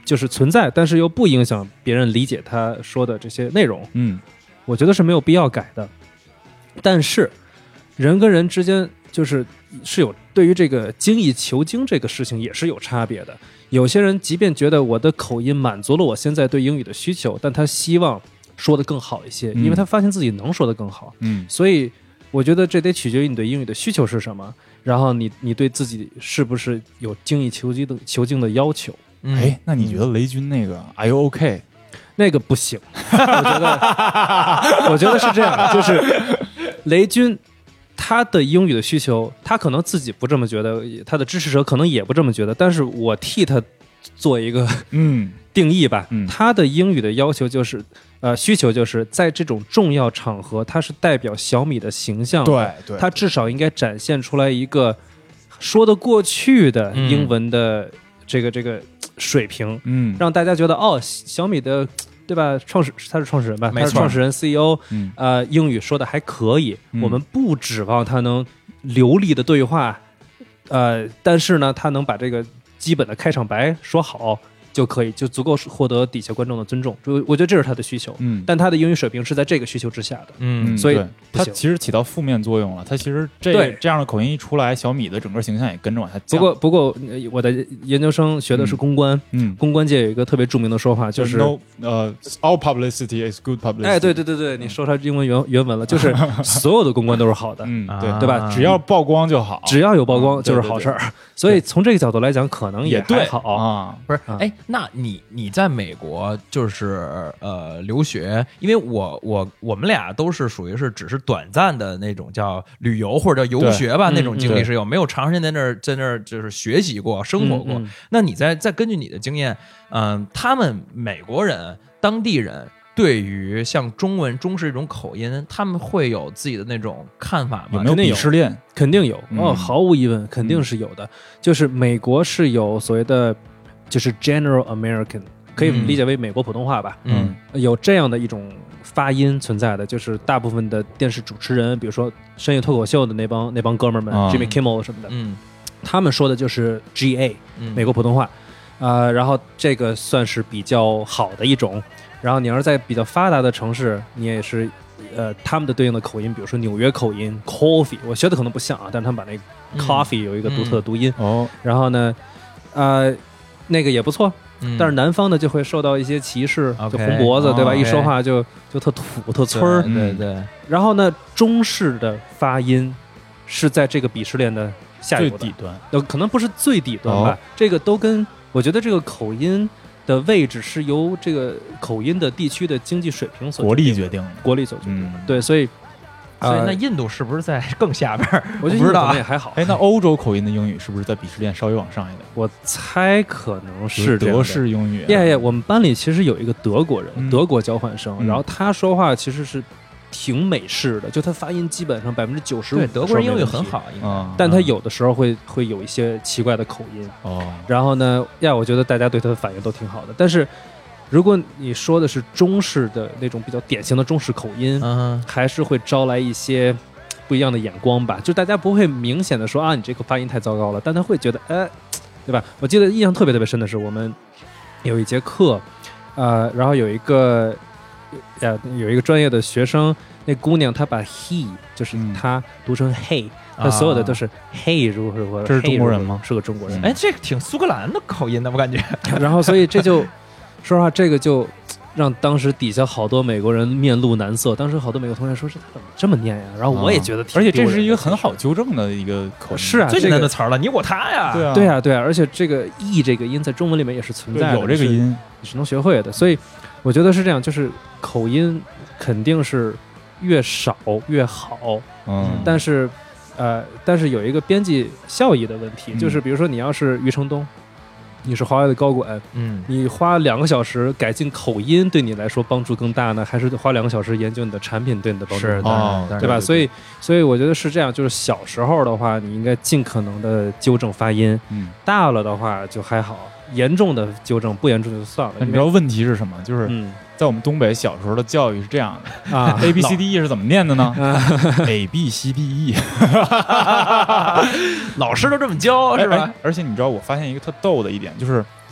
就是存在，但是又不影响别人理解他说的这些内容，
嗯，
我觉得是没有必要改的。但是人跟人之间就是是有对于这个精益求精这个事情也是有差别的。有些人即便觉得我的口音满足了我现在对英语的需求，但他希望说得更好一些，因为他发现自己能说得更好。
嗯，
所以我觉得这得取决于你对英语的需求是什么，然后你你对自己是不是有精益求精的求精的要求。
嗯、哎，那你觉得雷军那个 Are you OK？
那个不行，我觉得我觉得是这样，就是雷军他的英语的需求，他可能自己不这么觉得，他的支持者可能也不这么觉得，但是我替他做一个
嗯
定义吧，
嗯，
他的英语的要求就是呃需求就是在这种重要场合，他是代表小米的形象，
对对，
他至少应该展现出来一个说得过去的英文的这个、嗯、这个水平，
嗯，
让大家觉得哦，小米的。对吧？创始他是创始人吧？他是创始人 C E O，
嗯，
呃，英语说的还可以，
嗯，
我们不指望他能流利的对话，呃，但是呢，他能把这个基本的开场白说好就可以，就足够获得底下观众的尊重。就我觉得这是他的需求，
嗯，
但他的英语水平是在这个需求之下的，
嗯，
所以
他其实起到负面作用了。他其实这这样的口音一出来，小米的整个形象也跟着往下降。
不过不过，我的研究生学的是公关，
嗯，
公关界有一个特别著名的说法，就是
no 呃 all publicity is good publicity。
哎，对对对对，你说出来英文原原文了，就是所有的公关都是好的，
嗯，对
对吧？
只要曝光就好，
只要有曝光就是好事儿。所以从这个角度来讲，可能
也
还好
啊。
不是，哎，那你你在美国就是呃留学，因为我我我们俩都是属于是只是短暂的那种叫旅游或者叫游学吧，那种经历是有，没有长时间在那儿在那儿就是学习过、生活过。
嗯嗯、
那你再再根据你的经验，嗯、呃，他们美国人、当地人对于像中文中式这种口音，他们会有自己的那种看法吗？
有没有鄙视链？
肯定有、
嗯、
哦，毫无疑问，肯定是有的。嗯、就是美国是有所谓的，就是 General American， 可以理解为美国普通话吧？
嗯，
有这样的一种发音存在的，就是大部分的电视主持人，比如说深夜脱口秀的那帮那帮哥们儿们、嗯、，Jimmy Kimmel 什么的，
嗯，
他们说的就是 G A，、嗯、美国普通话，啊、呃，然后这个算是比较好的一种。然后你要是在比较发达的城市，你也是，呃，他们的对应的口音，比如说纽约口音 ，coffee， 我学的可能不像啊，但是他们把那个 coffee 有一个独特的读音。
哦、嗯，
然后呢，呃，那个也不错，
嗯、
但是南方的就会受到一些歧视，
okay,
就红脖子，哦、对吧？
okay,
一说话就就特土特村儿，
对对。
然后呢，中式的发音是在这个鄙视链的下游的
最底端，
呃，可能不是最底端吧，哦、这个都跟我觉得这个口音的位置是由这个口音的地区的经济水平所
国力决定的，
国力所决定的。
嗯、
对，所以，
所以那印度是不是在更下边？
我觉得
不知道
可能也还好。
哎，那欧洲口音的英语是不是在鄙视链稍微往上一点？
我猜可能是
德式英语。
呀呀，我们班里其实有一个德国人，
嗯、
德国交换生，
嗯、
然后他说话其实是挺美式的，就他发音基本上百分之九十五。
对，德国人英语很好，
嗯，
但他有的时候会会有一些奇怪的口音。
哦，
然后呢，呀，我觉得大家对他的反应都挺好的，但是。如果你说的是中式的那种比较典型的中式口音，
嗯，
还是会招来一些不一样的眼光吧。就大家不会明显的说啊，你这个发音太糟糕了，但他会觉得，哎，对吧？我记得印象特别特别深的是，我们有一节课，呃，然后有一个，呃，有一个专业的学生，那姑娘她把 he 就是她读成 hey，她、嗯、所有的都是 hey 如何如何。
这是中国人吗？
是个中国人。
哎，这个挺苏格兰的口音的，我感觉。
然后，所以这就。说实话，这个就让当时底下好多美国人面露难色。当时好多美国同学说：“这怎么这么念呀？”然后我也觉得挺、
哦，而且这是一个很好纠正的一个口音。
是啊，
最简单的词儿了，你我他呀。
对啊，
对啊，对啊。而且这个 e 这个音在中文里面也是存在的，
有这个音
你是能学会的。所以我觉得是这样，就是口音肯定是越少越好。
嗯，
但是呃，但是有一个边际效益的问题，
嗯、
就是比如说你要是余承东。你是华为的高管，
嗯，
你花两个小时改进口音，对你来说帮助更大呢，还是花两个小时研究你的产品对你的帮助更大？
哦，
对吧？所以，所以我觉得是这样，就是小时候的话，你应该尽可能的纠正发音，
嗯，
大了的话就还好，严重的纠正，不严重就算了。
你知道问题是什么？就是。
嗯
在我们东北小时候的教育是这样的
啊
，A B C D E 是怎么念的呢、啊、？A B C D E，
老师都这么教是吧？
而且你知道，我发现一个特逗的一点，就是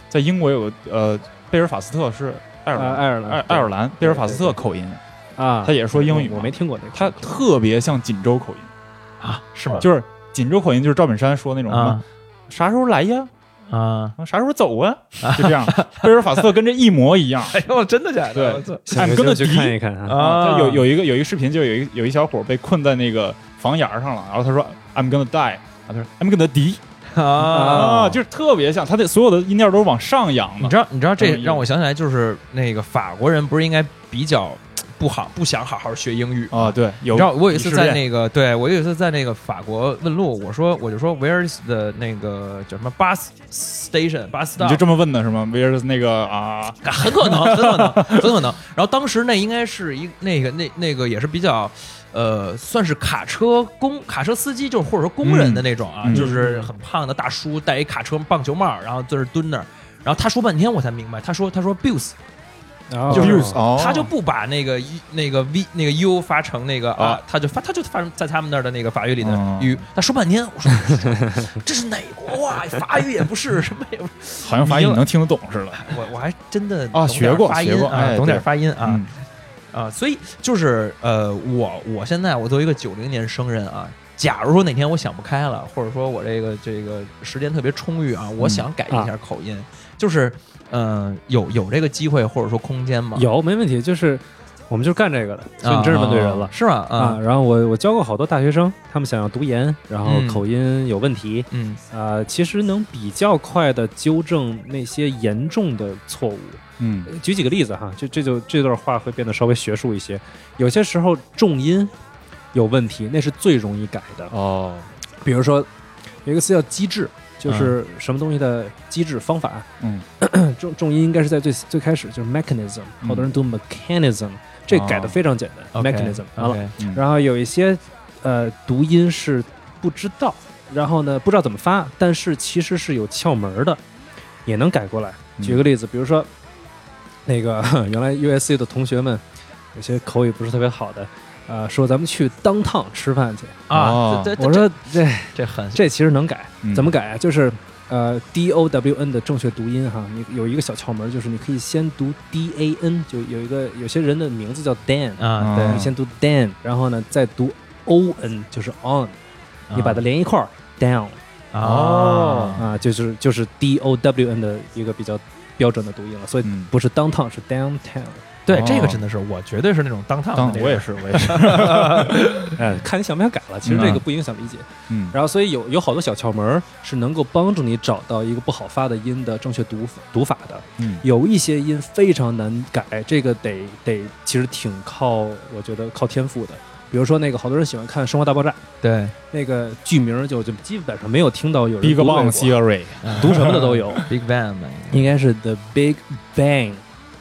在英国有个呃贝尔法斯特是爱尔兰、
呃、爱尔兰
爱爱尔兰贝尔法斯特口音
啊，
他也是说英语，
我没听过这个，
他特别像锦州口音
啊，是吗？
就是锦州口音，就是赵本山说那种什么、啊、啥时候来呀？
啊，
啥时候走啊？就这样，贝尔法斯特跟这一模一样。
哎呦，真的假的？
对，俺跟着
去看一看
啊。有有一个有一个视频，就有一有一小伙被困在那个房檐上了，然后他说 I'm gonna die， 他说 I'm gonna die 啊，就是特别像，他的所有的音调都是往上扬的。
你知道你知道这让我想起来，就是那个法国人不是应该比较不好不想好好学英语
啊？对，有。
你知道我有一次在那个，对我有一次在那个法国问路，我说我就说 Where's the 那个叫什么 bus station bus stop？
你就这么问的是吗 ？Where's 那个啊？
很可能，很可能，很可能。然后当时那应该是一那个那那个也是比较。呃，算是卡车工、卡车司机，就是或者说工人的那种啊，
嗯、
就是很胖的大叔，戴一卡车棒球帽，然后在这蹲那儿，然后他说半天我才明白，他说他说 bus，
哦、
就是、
哦、
他就不把那个那个 v 那个 u 发成那个啊，他就发他就发在他们那儿的那个法语里的语，哦、他说半天，我说这是哪国话？法语也不是，什么也不是，
好像法语你能听得懂似的。
我我还真的
啊学过
发音
学过，
啊，懂点发音啊。
嗯
啊，所以就是呃，我我现在我作为一个九零年生人啊，假如说哪天我想不开了，或者说我这个这个时间特别充裕啊，我想改一下口音，嗯啊、就是呃，有有这个机会或者说空间吗？
有，没问题，就是我们就是干这个的，所以你真是问对人了，
啊、是吧？啊，
啊然后我我教过好多大学生，他们想要读研，然后口音有问题，
嗯
啊、呃，其实能比较快的纠正那些严重的错误。
嗯，
举几个例子哈，就这就这段话会变得稍微学术一些。有些时候重音有问题，那是最容易改的
哦。
比如说有一个词叫机制，就是什么东西的机制方法。
嗯，
重重音应该是在最最开始，就是 mechanism，、嗯、好多人读 mechanism， 这改的非常简单、哦、，mechanism 完了。
Okay,
嗯、
然后有一些呃读音是不知道，然后呢不知道怎么发，但是其实是有窍门的，也能改过来。举个例子，比如说。那个原来 U S C 的同学们有些口语不是特别好的，呃，说咱们去downtown吃饭去
啊。
哦、
我说这
这很
这其实能改，
嗯、
怎么改啊？就是呃 D O W N 的正确读音哈，你有一个小窍门，就是你可以先读 D A N， 就有一个有些人的名字叫 Dan
啊，对，
你先读 Dan， 然后呢再读 O N， 就是 on，、啊、你把它连一块儿 down。
哦
啊，就是就是 D O W N 的一个比较标准的读音了，所以不是 downtown 是 downtown。
对，这个真的是我绝对是那种downtown的、那个。
我也是，我也是。
哎，看你想不想改了，其实这个不影响理解。
嗯。
然后，所以有有好多小窍门是能够帮助你找到一个不好发的音的正确读读法的。
嗯。
有一些音非常难改，这个得得其实挺靠，我觉得靠天赋的。比如说那个好多人喜欢看《生活大爆炸》，
对，
那个剧名就就基本上没有听到有人
Big Bang Theory
读什么的都有
，Big Bang
应该是 The Big Bang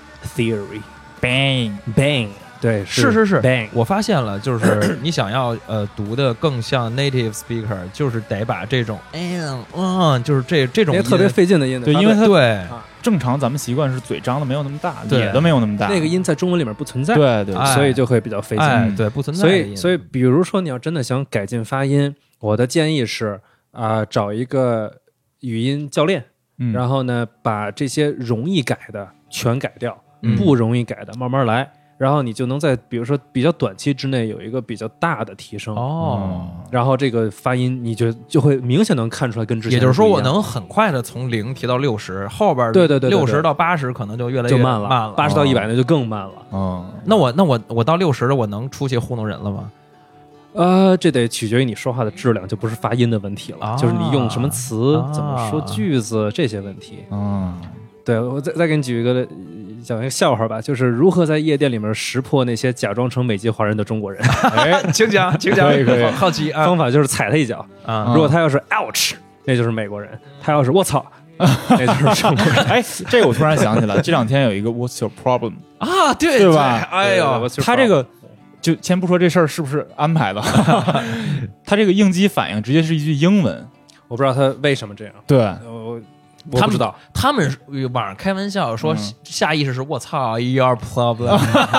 Theory，Bang Bang， 对，
是是是
Bang。
我发现了，就是你想要呃读的更像 native speaker， 就是得把这种嗯嗯，就是这这种
特别费劲的音，
对，因为它
对。
啊
正常咱们习惯是嘴张的没有那么大，咧的没有那么大，
那个音在中文里面不存在，
对对，
所以就会比较费劲。
哎，对，不存在。
所以所以，比如说你要真的想改进发音，我的建议是啊、呃，找一个语音教练，
嗯、
然后呢，把这些容易改的全改掉，
嗯、
不容易改的慢慢来。然后你就能在比如说比较短期之内有一个比较大的提升
哦，
然后这个发音你就就会明显能看出来跟之前，
也就是说我能很快的从零提到六十，后边
对对对
六十到八十可能就越来越
就慢了，
慢了，
八十到一百那就更慢了。
哦，
那我那我我到六十的我能出去糊弄人了吗？
呃，这得取决于你说话的质量，就不是发音的问题了，
啊、
就是你用什么词、
啊、
怎么说句子这些问题。
嗯，
对，我再再给你举一个。讲一个笑话吧，就是如何在夜店里面识破那些假装成美籍华人的中国人。
哎，请讲，请讲，
可以可以。
好奇啊，
方法就是踩他一脚
啊。
如果他要是 ouch， 那就是美国人；他要是我操，那就是中国人。
哎，这个我突然想起来，这两天有一个 What's your problem
啊，对
对吧？
哎呦，
他这个就先不说这事儿是不是安排的，他这个应激反应直接是一句英文，
我不知道他为什么这样。
对，
我。
我不知道，他们网上开玩笑说下意识是我操 your problem，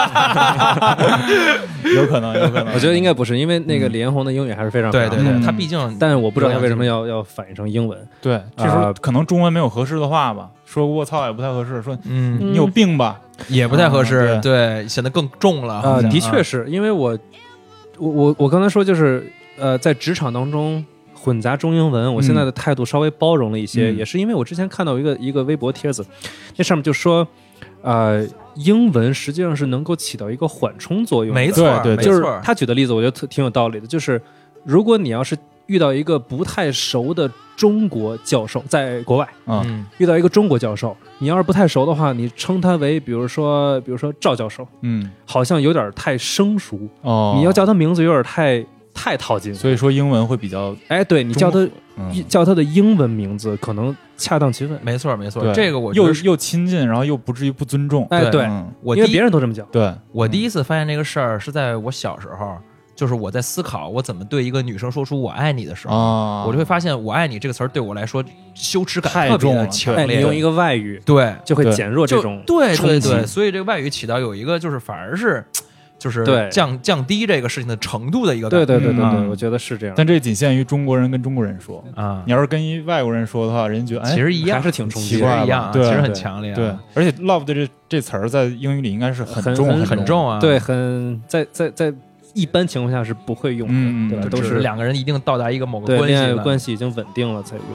有可能，有可能。
我觉得应该不是，因为那个李彦宏的英语还是非常
对对对，
嗯、
他毕竟，
但是我不知道他为什么要要反译成英文。
对，这时候可能中文没有合适的话吧，说我操也不太合适，说嗯你有病吧
也不太合适，
啊、对,
对，显得更重了
啊、呃。的确是因为我我我我刚才说就是呃在职场当中。混杂中英文，我现在的态度稍微包容了一些，嗯、也是因为我之前看到一个一个微博帖子，那上面就说，呃，英文实际上是能够起到一个缓冲作用的。
没错，
对对，
就是他举的例子，我觉得挺有道理的，就是如果你要是遇到一个不太熟的中国教授，在国外啊、嗯，遇到一个中国教授，你要是不太熟的话，你称他为，比如说，比如说赵教授，
嗯，
好像有点太生疏
哦，
你要叫他名字有点太。太套近，
所以说英文会比较
哎，对你叫他、嗯、叫他的英文名字可能恰当其分，
没错没错，这个我
又又亲近，然后又不至于不尊重。
哎，对，
嗯、
我因为别人都这么叫。
对，
我第一次发现这个事儿是在我小时候，就是我在思考我怎么对一个女生说出我爱你的时候，
哦、
我就会发现我爱你这个词儿对我来说羞耻感特别的强烈。
哎、你用一个外语，
对，
就会减弱这种
对对对，所以这个外语起到有一个就是反而是。就是降降低这个事情的程度的一个
对对对对对、嗯，我觉得是这样。
但这仅限于中国人跟中国人说
啊，
你要是跟一外国人说的话，人家觉得哎，
其实一样，
还是挺冲击
的，
一样，
对，
其实很强烈、啊。
对，而且 love 的这这词儿在英语里应该是很重
很
很重啊，
对，很在在在一般情况下是不会用的，
嗯、
对吧？
都
是
两个人一定到达一个某个关系，
恋爱关系已经稳定了才用。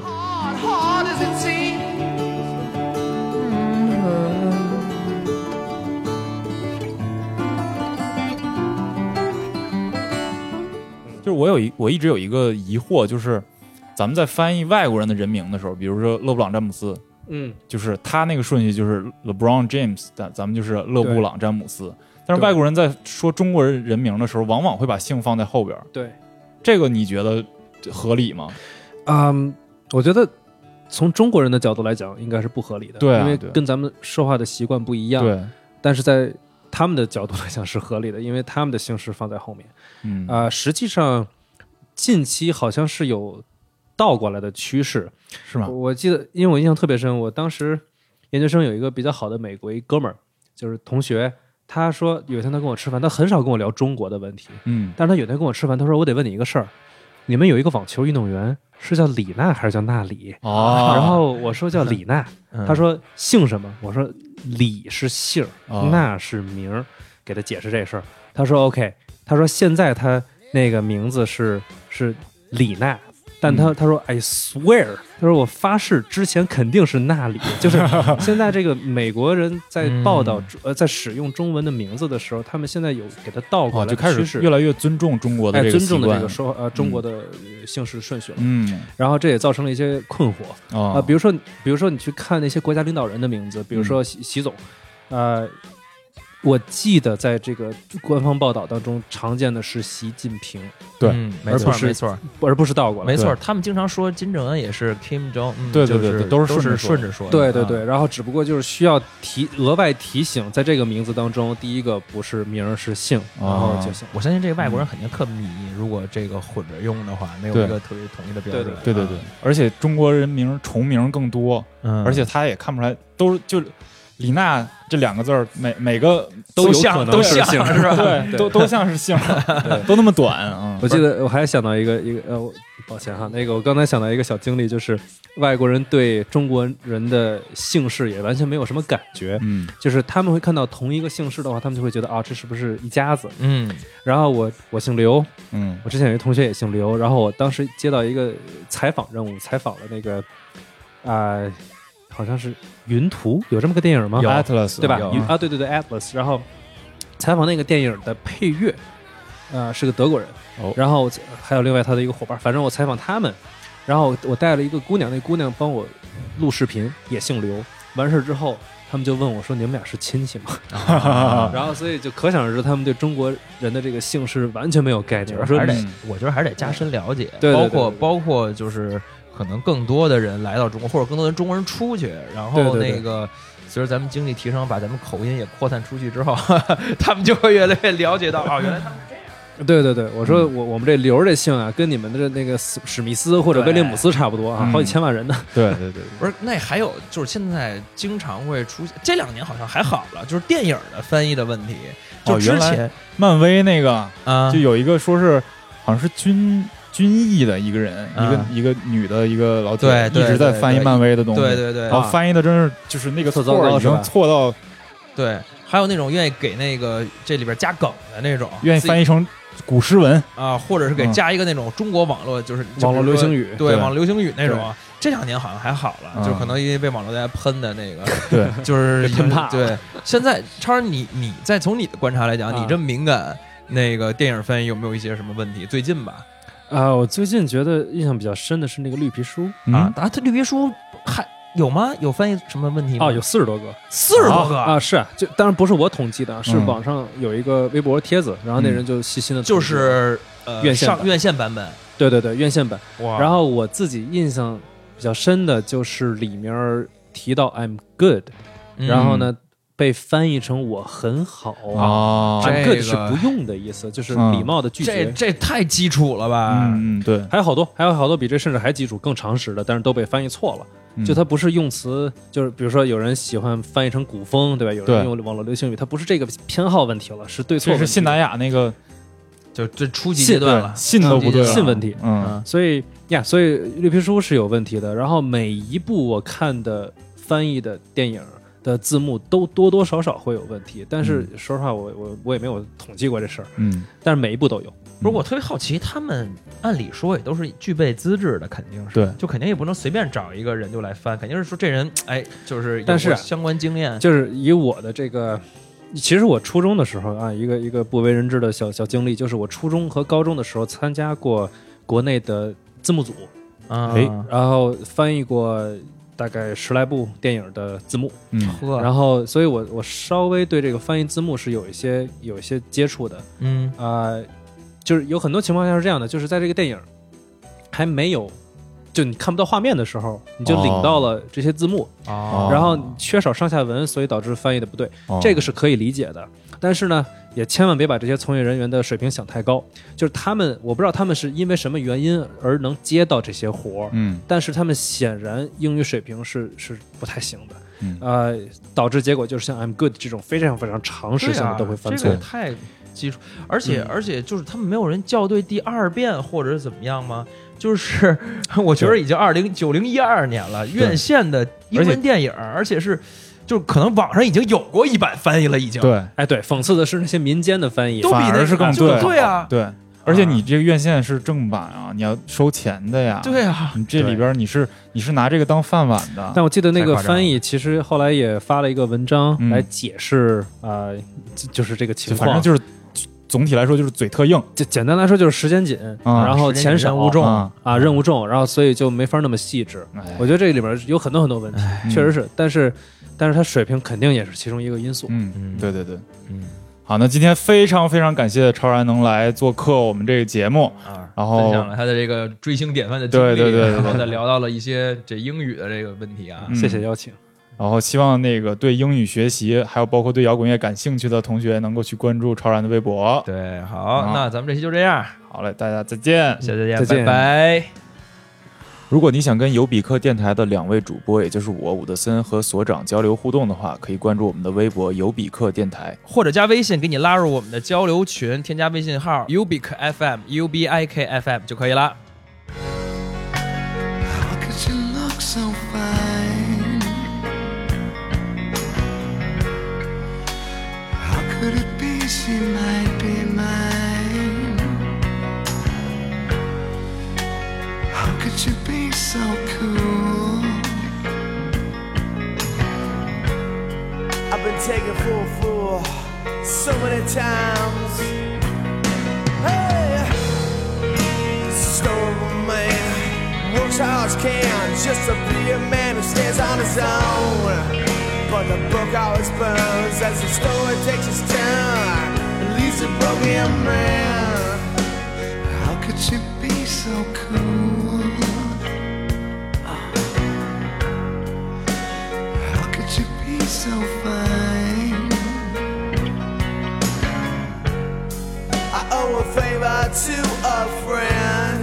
就是我有一我一直有一个疑惑，就是咱们在翻译外国人的人名的时候，比如说勒布朗詹姆斯，
嗯，
就是他那个顺序就是 LeBron James， 但咱们就是勒布朗詹姆斯。但是外国人在说中国人人名的时候，往往会把姓放在后边。
对，
这个你觉得合理吗？
嗯，我觉得从中国人的角度来讲，应该是不合理的，
对、啊，
因为跟咱们说话的习惯不一样。
对，
但是在他们的角度来讲是合理的，因为他们的姓氏放在后面。
嗯
啊、呃，实际上近期好像是有倒过来的趋势，
是吗？
我记得，因为我印象特别深，我当时研究生有一个比较好的美国一哥们儿，就是同学，他说有一天他跟我吃饭，他很少跟我聊中国的问题，
嗯，
但是他有一天跟我吃饭，他说我得问你一个事儿，你们有一个网球运动员是叫李娜还是叫纳里？
哦，
然后我说叫李娜，
嗯、
他说姓什么？我说李是姓，
哦、
娜是名，给他解释这事儿。他说 OK， 他说现在他那个名字是是李娜，但他、嗯、他说 I swear， 他说我发誓之前肯定是纳里，就是现在这个美国人在报道、嗯、呃在使用中文的名字的时候，他们现在有给他倒过来的趋势、
哦、就开始越来越尊重中国的这个、
哎、尊重的这个说呃中国的姓氏顺序了，
嗯，
然后这也造成了一些困惑啊、
哦
呃，比如说比如说你去看那些国家领导人的名字，比如说习、嗯、习总，呃。我记得在这个官方报道当中，常见的是习近平，
对，
嗯、没错没错，
而不是倒过来，
没错。他们经常说金正恩也是 Kim Jong，、嗯、
对对对，
就是、
都
是顺着
说
着说的，
对对对。然后只不过就是需要提额外提醒，在这个名字当中，第一个不是名是姓，然后就行。
我相信这个外国人肯定特迷，嗯、如果这个混着用的话，没有一个特别统一的标准。
对
对对对，而且中国人名重名更多，
嗯，
而且他也看不出来，都就。李娜这两个字儿，每每个
都
有可能
是姓，
是吧？对，都都像是姓，都那么短啊、嗯！
我记得我还想到一个一个呃，抱歉哈，那个我刚才想到一个小经历，就是外国人对中国人的姓氏也完全没有什么感觉，
嗯，
就是他们会看到同一个姓氏的话，他们就会觉得啊，这是不是一家子？
嗯，
然后我我姓刘，
嗯，
我之前有一同学也姓刘，然后我当时接到一个采访任务，采访了那个啊。呃好像是云图，有这么个电影吗？
有 Atlas
对吧？啊，对对对 Atlas。然后采访那个电影的配乐，呃，是个德国人。
哦，
然后还有另外他的一个伙伴，反正我采访他们，然后我带了一个姑娘，那姑娘帮我录视频，也姓刘。完事之后，他们就问我说：“你们俩是亲戚吗？”然后所以就可想而知，他们对中国人的这个姓氏完全没有概念。
我说还是得，我觉得还是得加深了解，
对对对对
包括包括就是。可能更多的人来到中国，或者更多的中国人出去，然后那个
对对对
随着咱们经济提升，把咱们口音也扩散出去之后，他们就会越来越了解到啊，原来他们是这样。
对对对，我说我我们这留着这姓啊，跟你们的那个史密斯或者威廉姆斯差不多啊，好几千万人呢。
对对对，
不是，那还有就是现在经常会出现，这两年好像还好了，就是电影的翻译的问题。就之前
漫威那个
啊，
就有一个说是好像是军军艺的一个人，一个一个女的一个老铁，一直在翻译漫威的东西。
对对对，
然后翻译的真是就是那个错已经错到，
对，还有那种愿意给那个这里边加梗的那种，
愿意翻译成古诗文
啊，或者是给加一个那种中国网络就是
网络流行语，
对网络流行语那种。这两年好像还好了，就可能因为被网络大家喷的那个，
对，
就是
喷怕。
对，现在超人，你你再从你的观察来讲，你这么敏感，那个电影翻译有没有一些什么问题？最近吧，
啊，我最近觉得印象比较深的是那个绿皮书
啊，啊，它绿皮书还有吗？有翻译什么问题吗？
哦，有四十多个，
四十多个
啊，是啊，就当然不是我统计的，是网上有一个微博贴子，然后那人就细心的，
就是呃
院线
院线版本，
对对对，院线版。
哇，
然后我自己印象比较深的就是里面提到 I'm good，、嗯、然后呢被翻译成我很好
啊、
I'm good 是不用的意思，就是礼貌的拒绝。
这这太基础了吧？
嗯，对，
还有好多，还有好多比这甚至还基础、更常识的，但是都被翻译错了。
嗯、
就它不是用词，就是比如说有人喜欢翻译成古风，对吧？有人用网络流行语，它不是这个偏好问题了，是对错问题。
这是信达雅那个。
就这初级阶段了，
信都不对，
信问题，
嗯，
所以呀，所以绿皮书是有问题的。然后每一部我看的翻译的电影的字幕都多多少少会有问题，但是说实话，我我我也没有统计过这事儿，
嗯，
但是每一部都有。
不是，我特别好奇，他们按理说也都是具备资质的，肯定是，
对，
就肯定也不能随便找一个人就来翻，肯定是说这人，哎，就是
但是
相关经验，
就是以我的这个。其实我初中的时候啊，一个一个不为人知的小小经历，就是我初中和高中的时候参加过国内的字幕组，
啊，
然后翻译过大概十来部电影的字幕，
嗯，
然后所以我我稍微对这个翻译字幕是有一些有一些接触的，
嗯
啊、呃，就是有很多情况下是这样的，就是在这个电影还没有。就你看不到画面的时候，你就领到了这些字幕，
哦、
然后缺少上下文，所以导致翻译的不对，
哦、
这个是可以理解的。但是呢，也千万别把这些从业人员的水平想太高。就是他们，我不知道他们是因为什么原因而能接到这些活，
嗯，
但是他们显然英语水平是是不太行的，
嗯，
呃，导致结果就是像 I'm good 这种非常非常常识性的都会犯错，
这个太基础，而且、嗯、而且就是他们没有人校对第二遍或者是怎么样吗？就是我觉得已经二零九零一二年了，院线的英文电影，而且是就可能网上已经有过一版翻译了，已经
对，
哎对，讽刺的是那些民间的翻译，
都比那
是更对，
对啊，
对，而且你这个院线是正版啊，你要收钱的呀，
对啊，
你这里边你是你是拿这个当饭碗的。
但我记得那个翻译其实后来也发了一个文章来解释啊、嗯呃，就是这个情况，
反正就是。总体来说就是嘴特硬，
就简单来说就是时间紧，
啊、
然后钱少，
任务重
啊，啊任务重，然后所以就没法那么细致。
哎、
我觉得这里边有很多很多问题，确实是，但是但是他水平肯定也是其中一个因素。
嗯嗯，对对对，
嗯。
好，那今天非常非常感谢超然能来做客我们这个节目
啊，
然后
分享了他的这个追星典范的经历，
对对 对, 对, 对，
然后再聊到了一些这英语的这个问题啊，
嗯、谢谢邀请。
然后希望那个对英语学习，还有包括对摇滚乐感兴趣的同学，能够去关注超然的微博。
对，好，那咱们这期就这样。
好嘞，大家再见，
下次再见，
再见，
拜拜。
如果你想跟尤比克电台的两位主播，也就是我伍德森和所长交流互动的话，可以关注我们的微博尤比克电台，
或者加微信给你拉入我们的交流群，添加微信号 U B I K F M U B I K F M 就可以了。
Could it be she might be mine? How could you be so cool? I've been taken for a fool so many times. Hey, stolen man works hard as can just to be a man who stands on his own. But the book always burns as the story takes its turn and leaves a broken man. How could you be so cool? How could you be so fine? I owe a favor to a friend.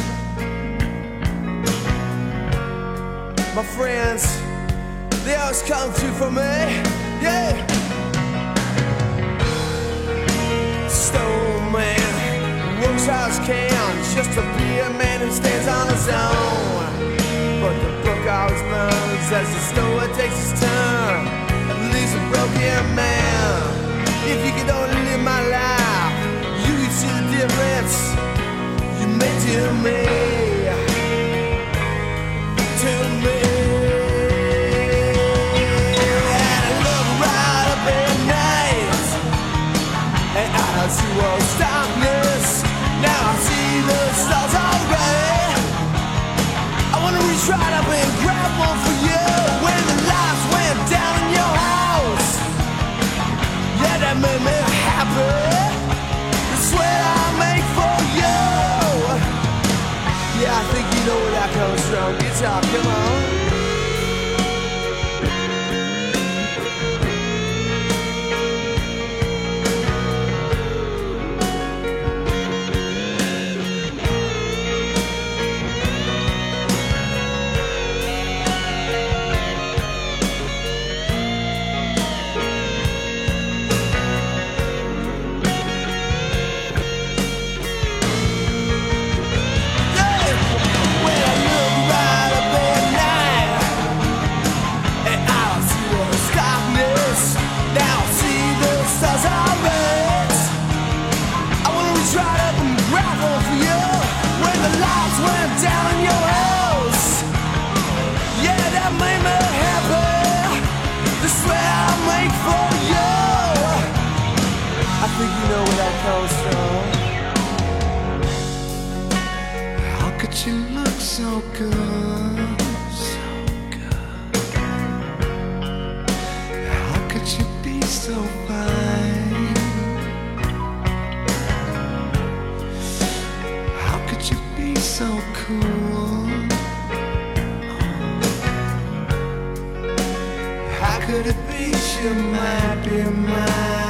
My friends, they always come through for me, yeah. Stone man works hard as can just to be a man who stands on his own. But the book always burns as the story takes its turn and leaves a broken man. If you could only live my life, you could see the difference you made to me, to me. And I look right up at night, and I don't see what's darkness. Now I see the stars already. I wanna reach right up and grab one for you when the lights went down in your house. Yeah, that made me happy. The sweat I make for you. Yeah, I think you know where that comes from. Guitar, come on. Could it be she might be mine?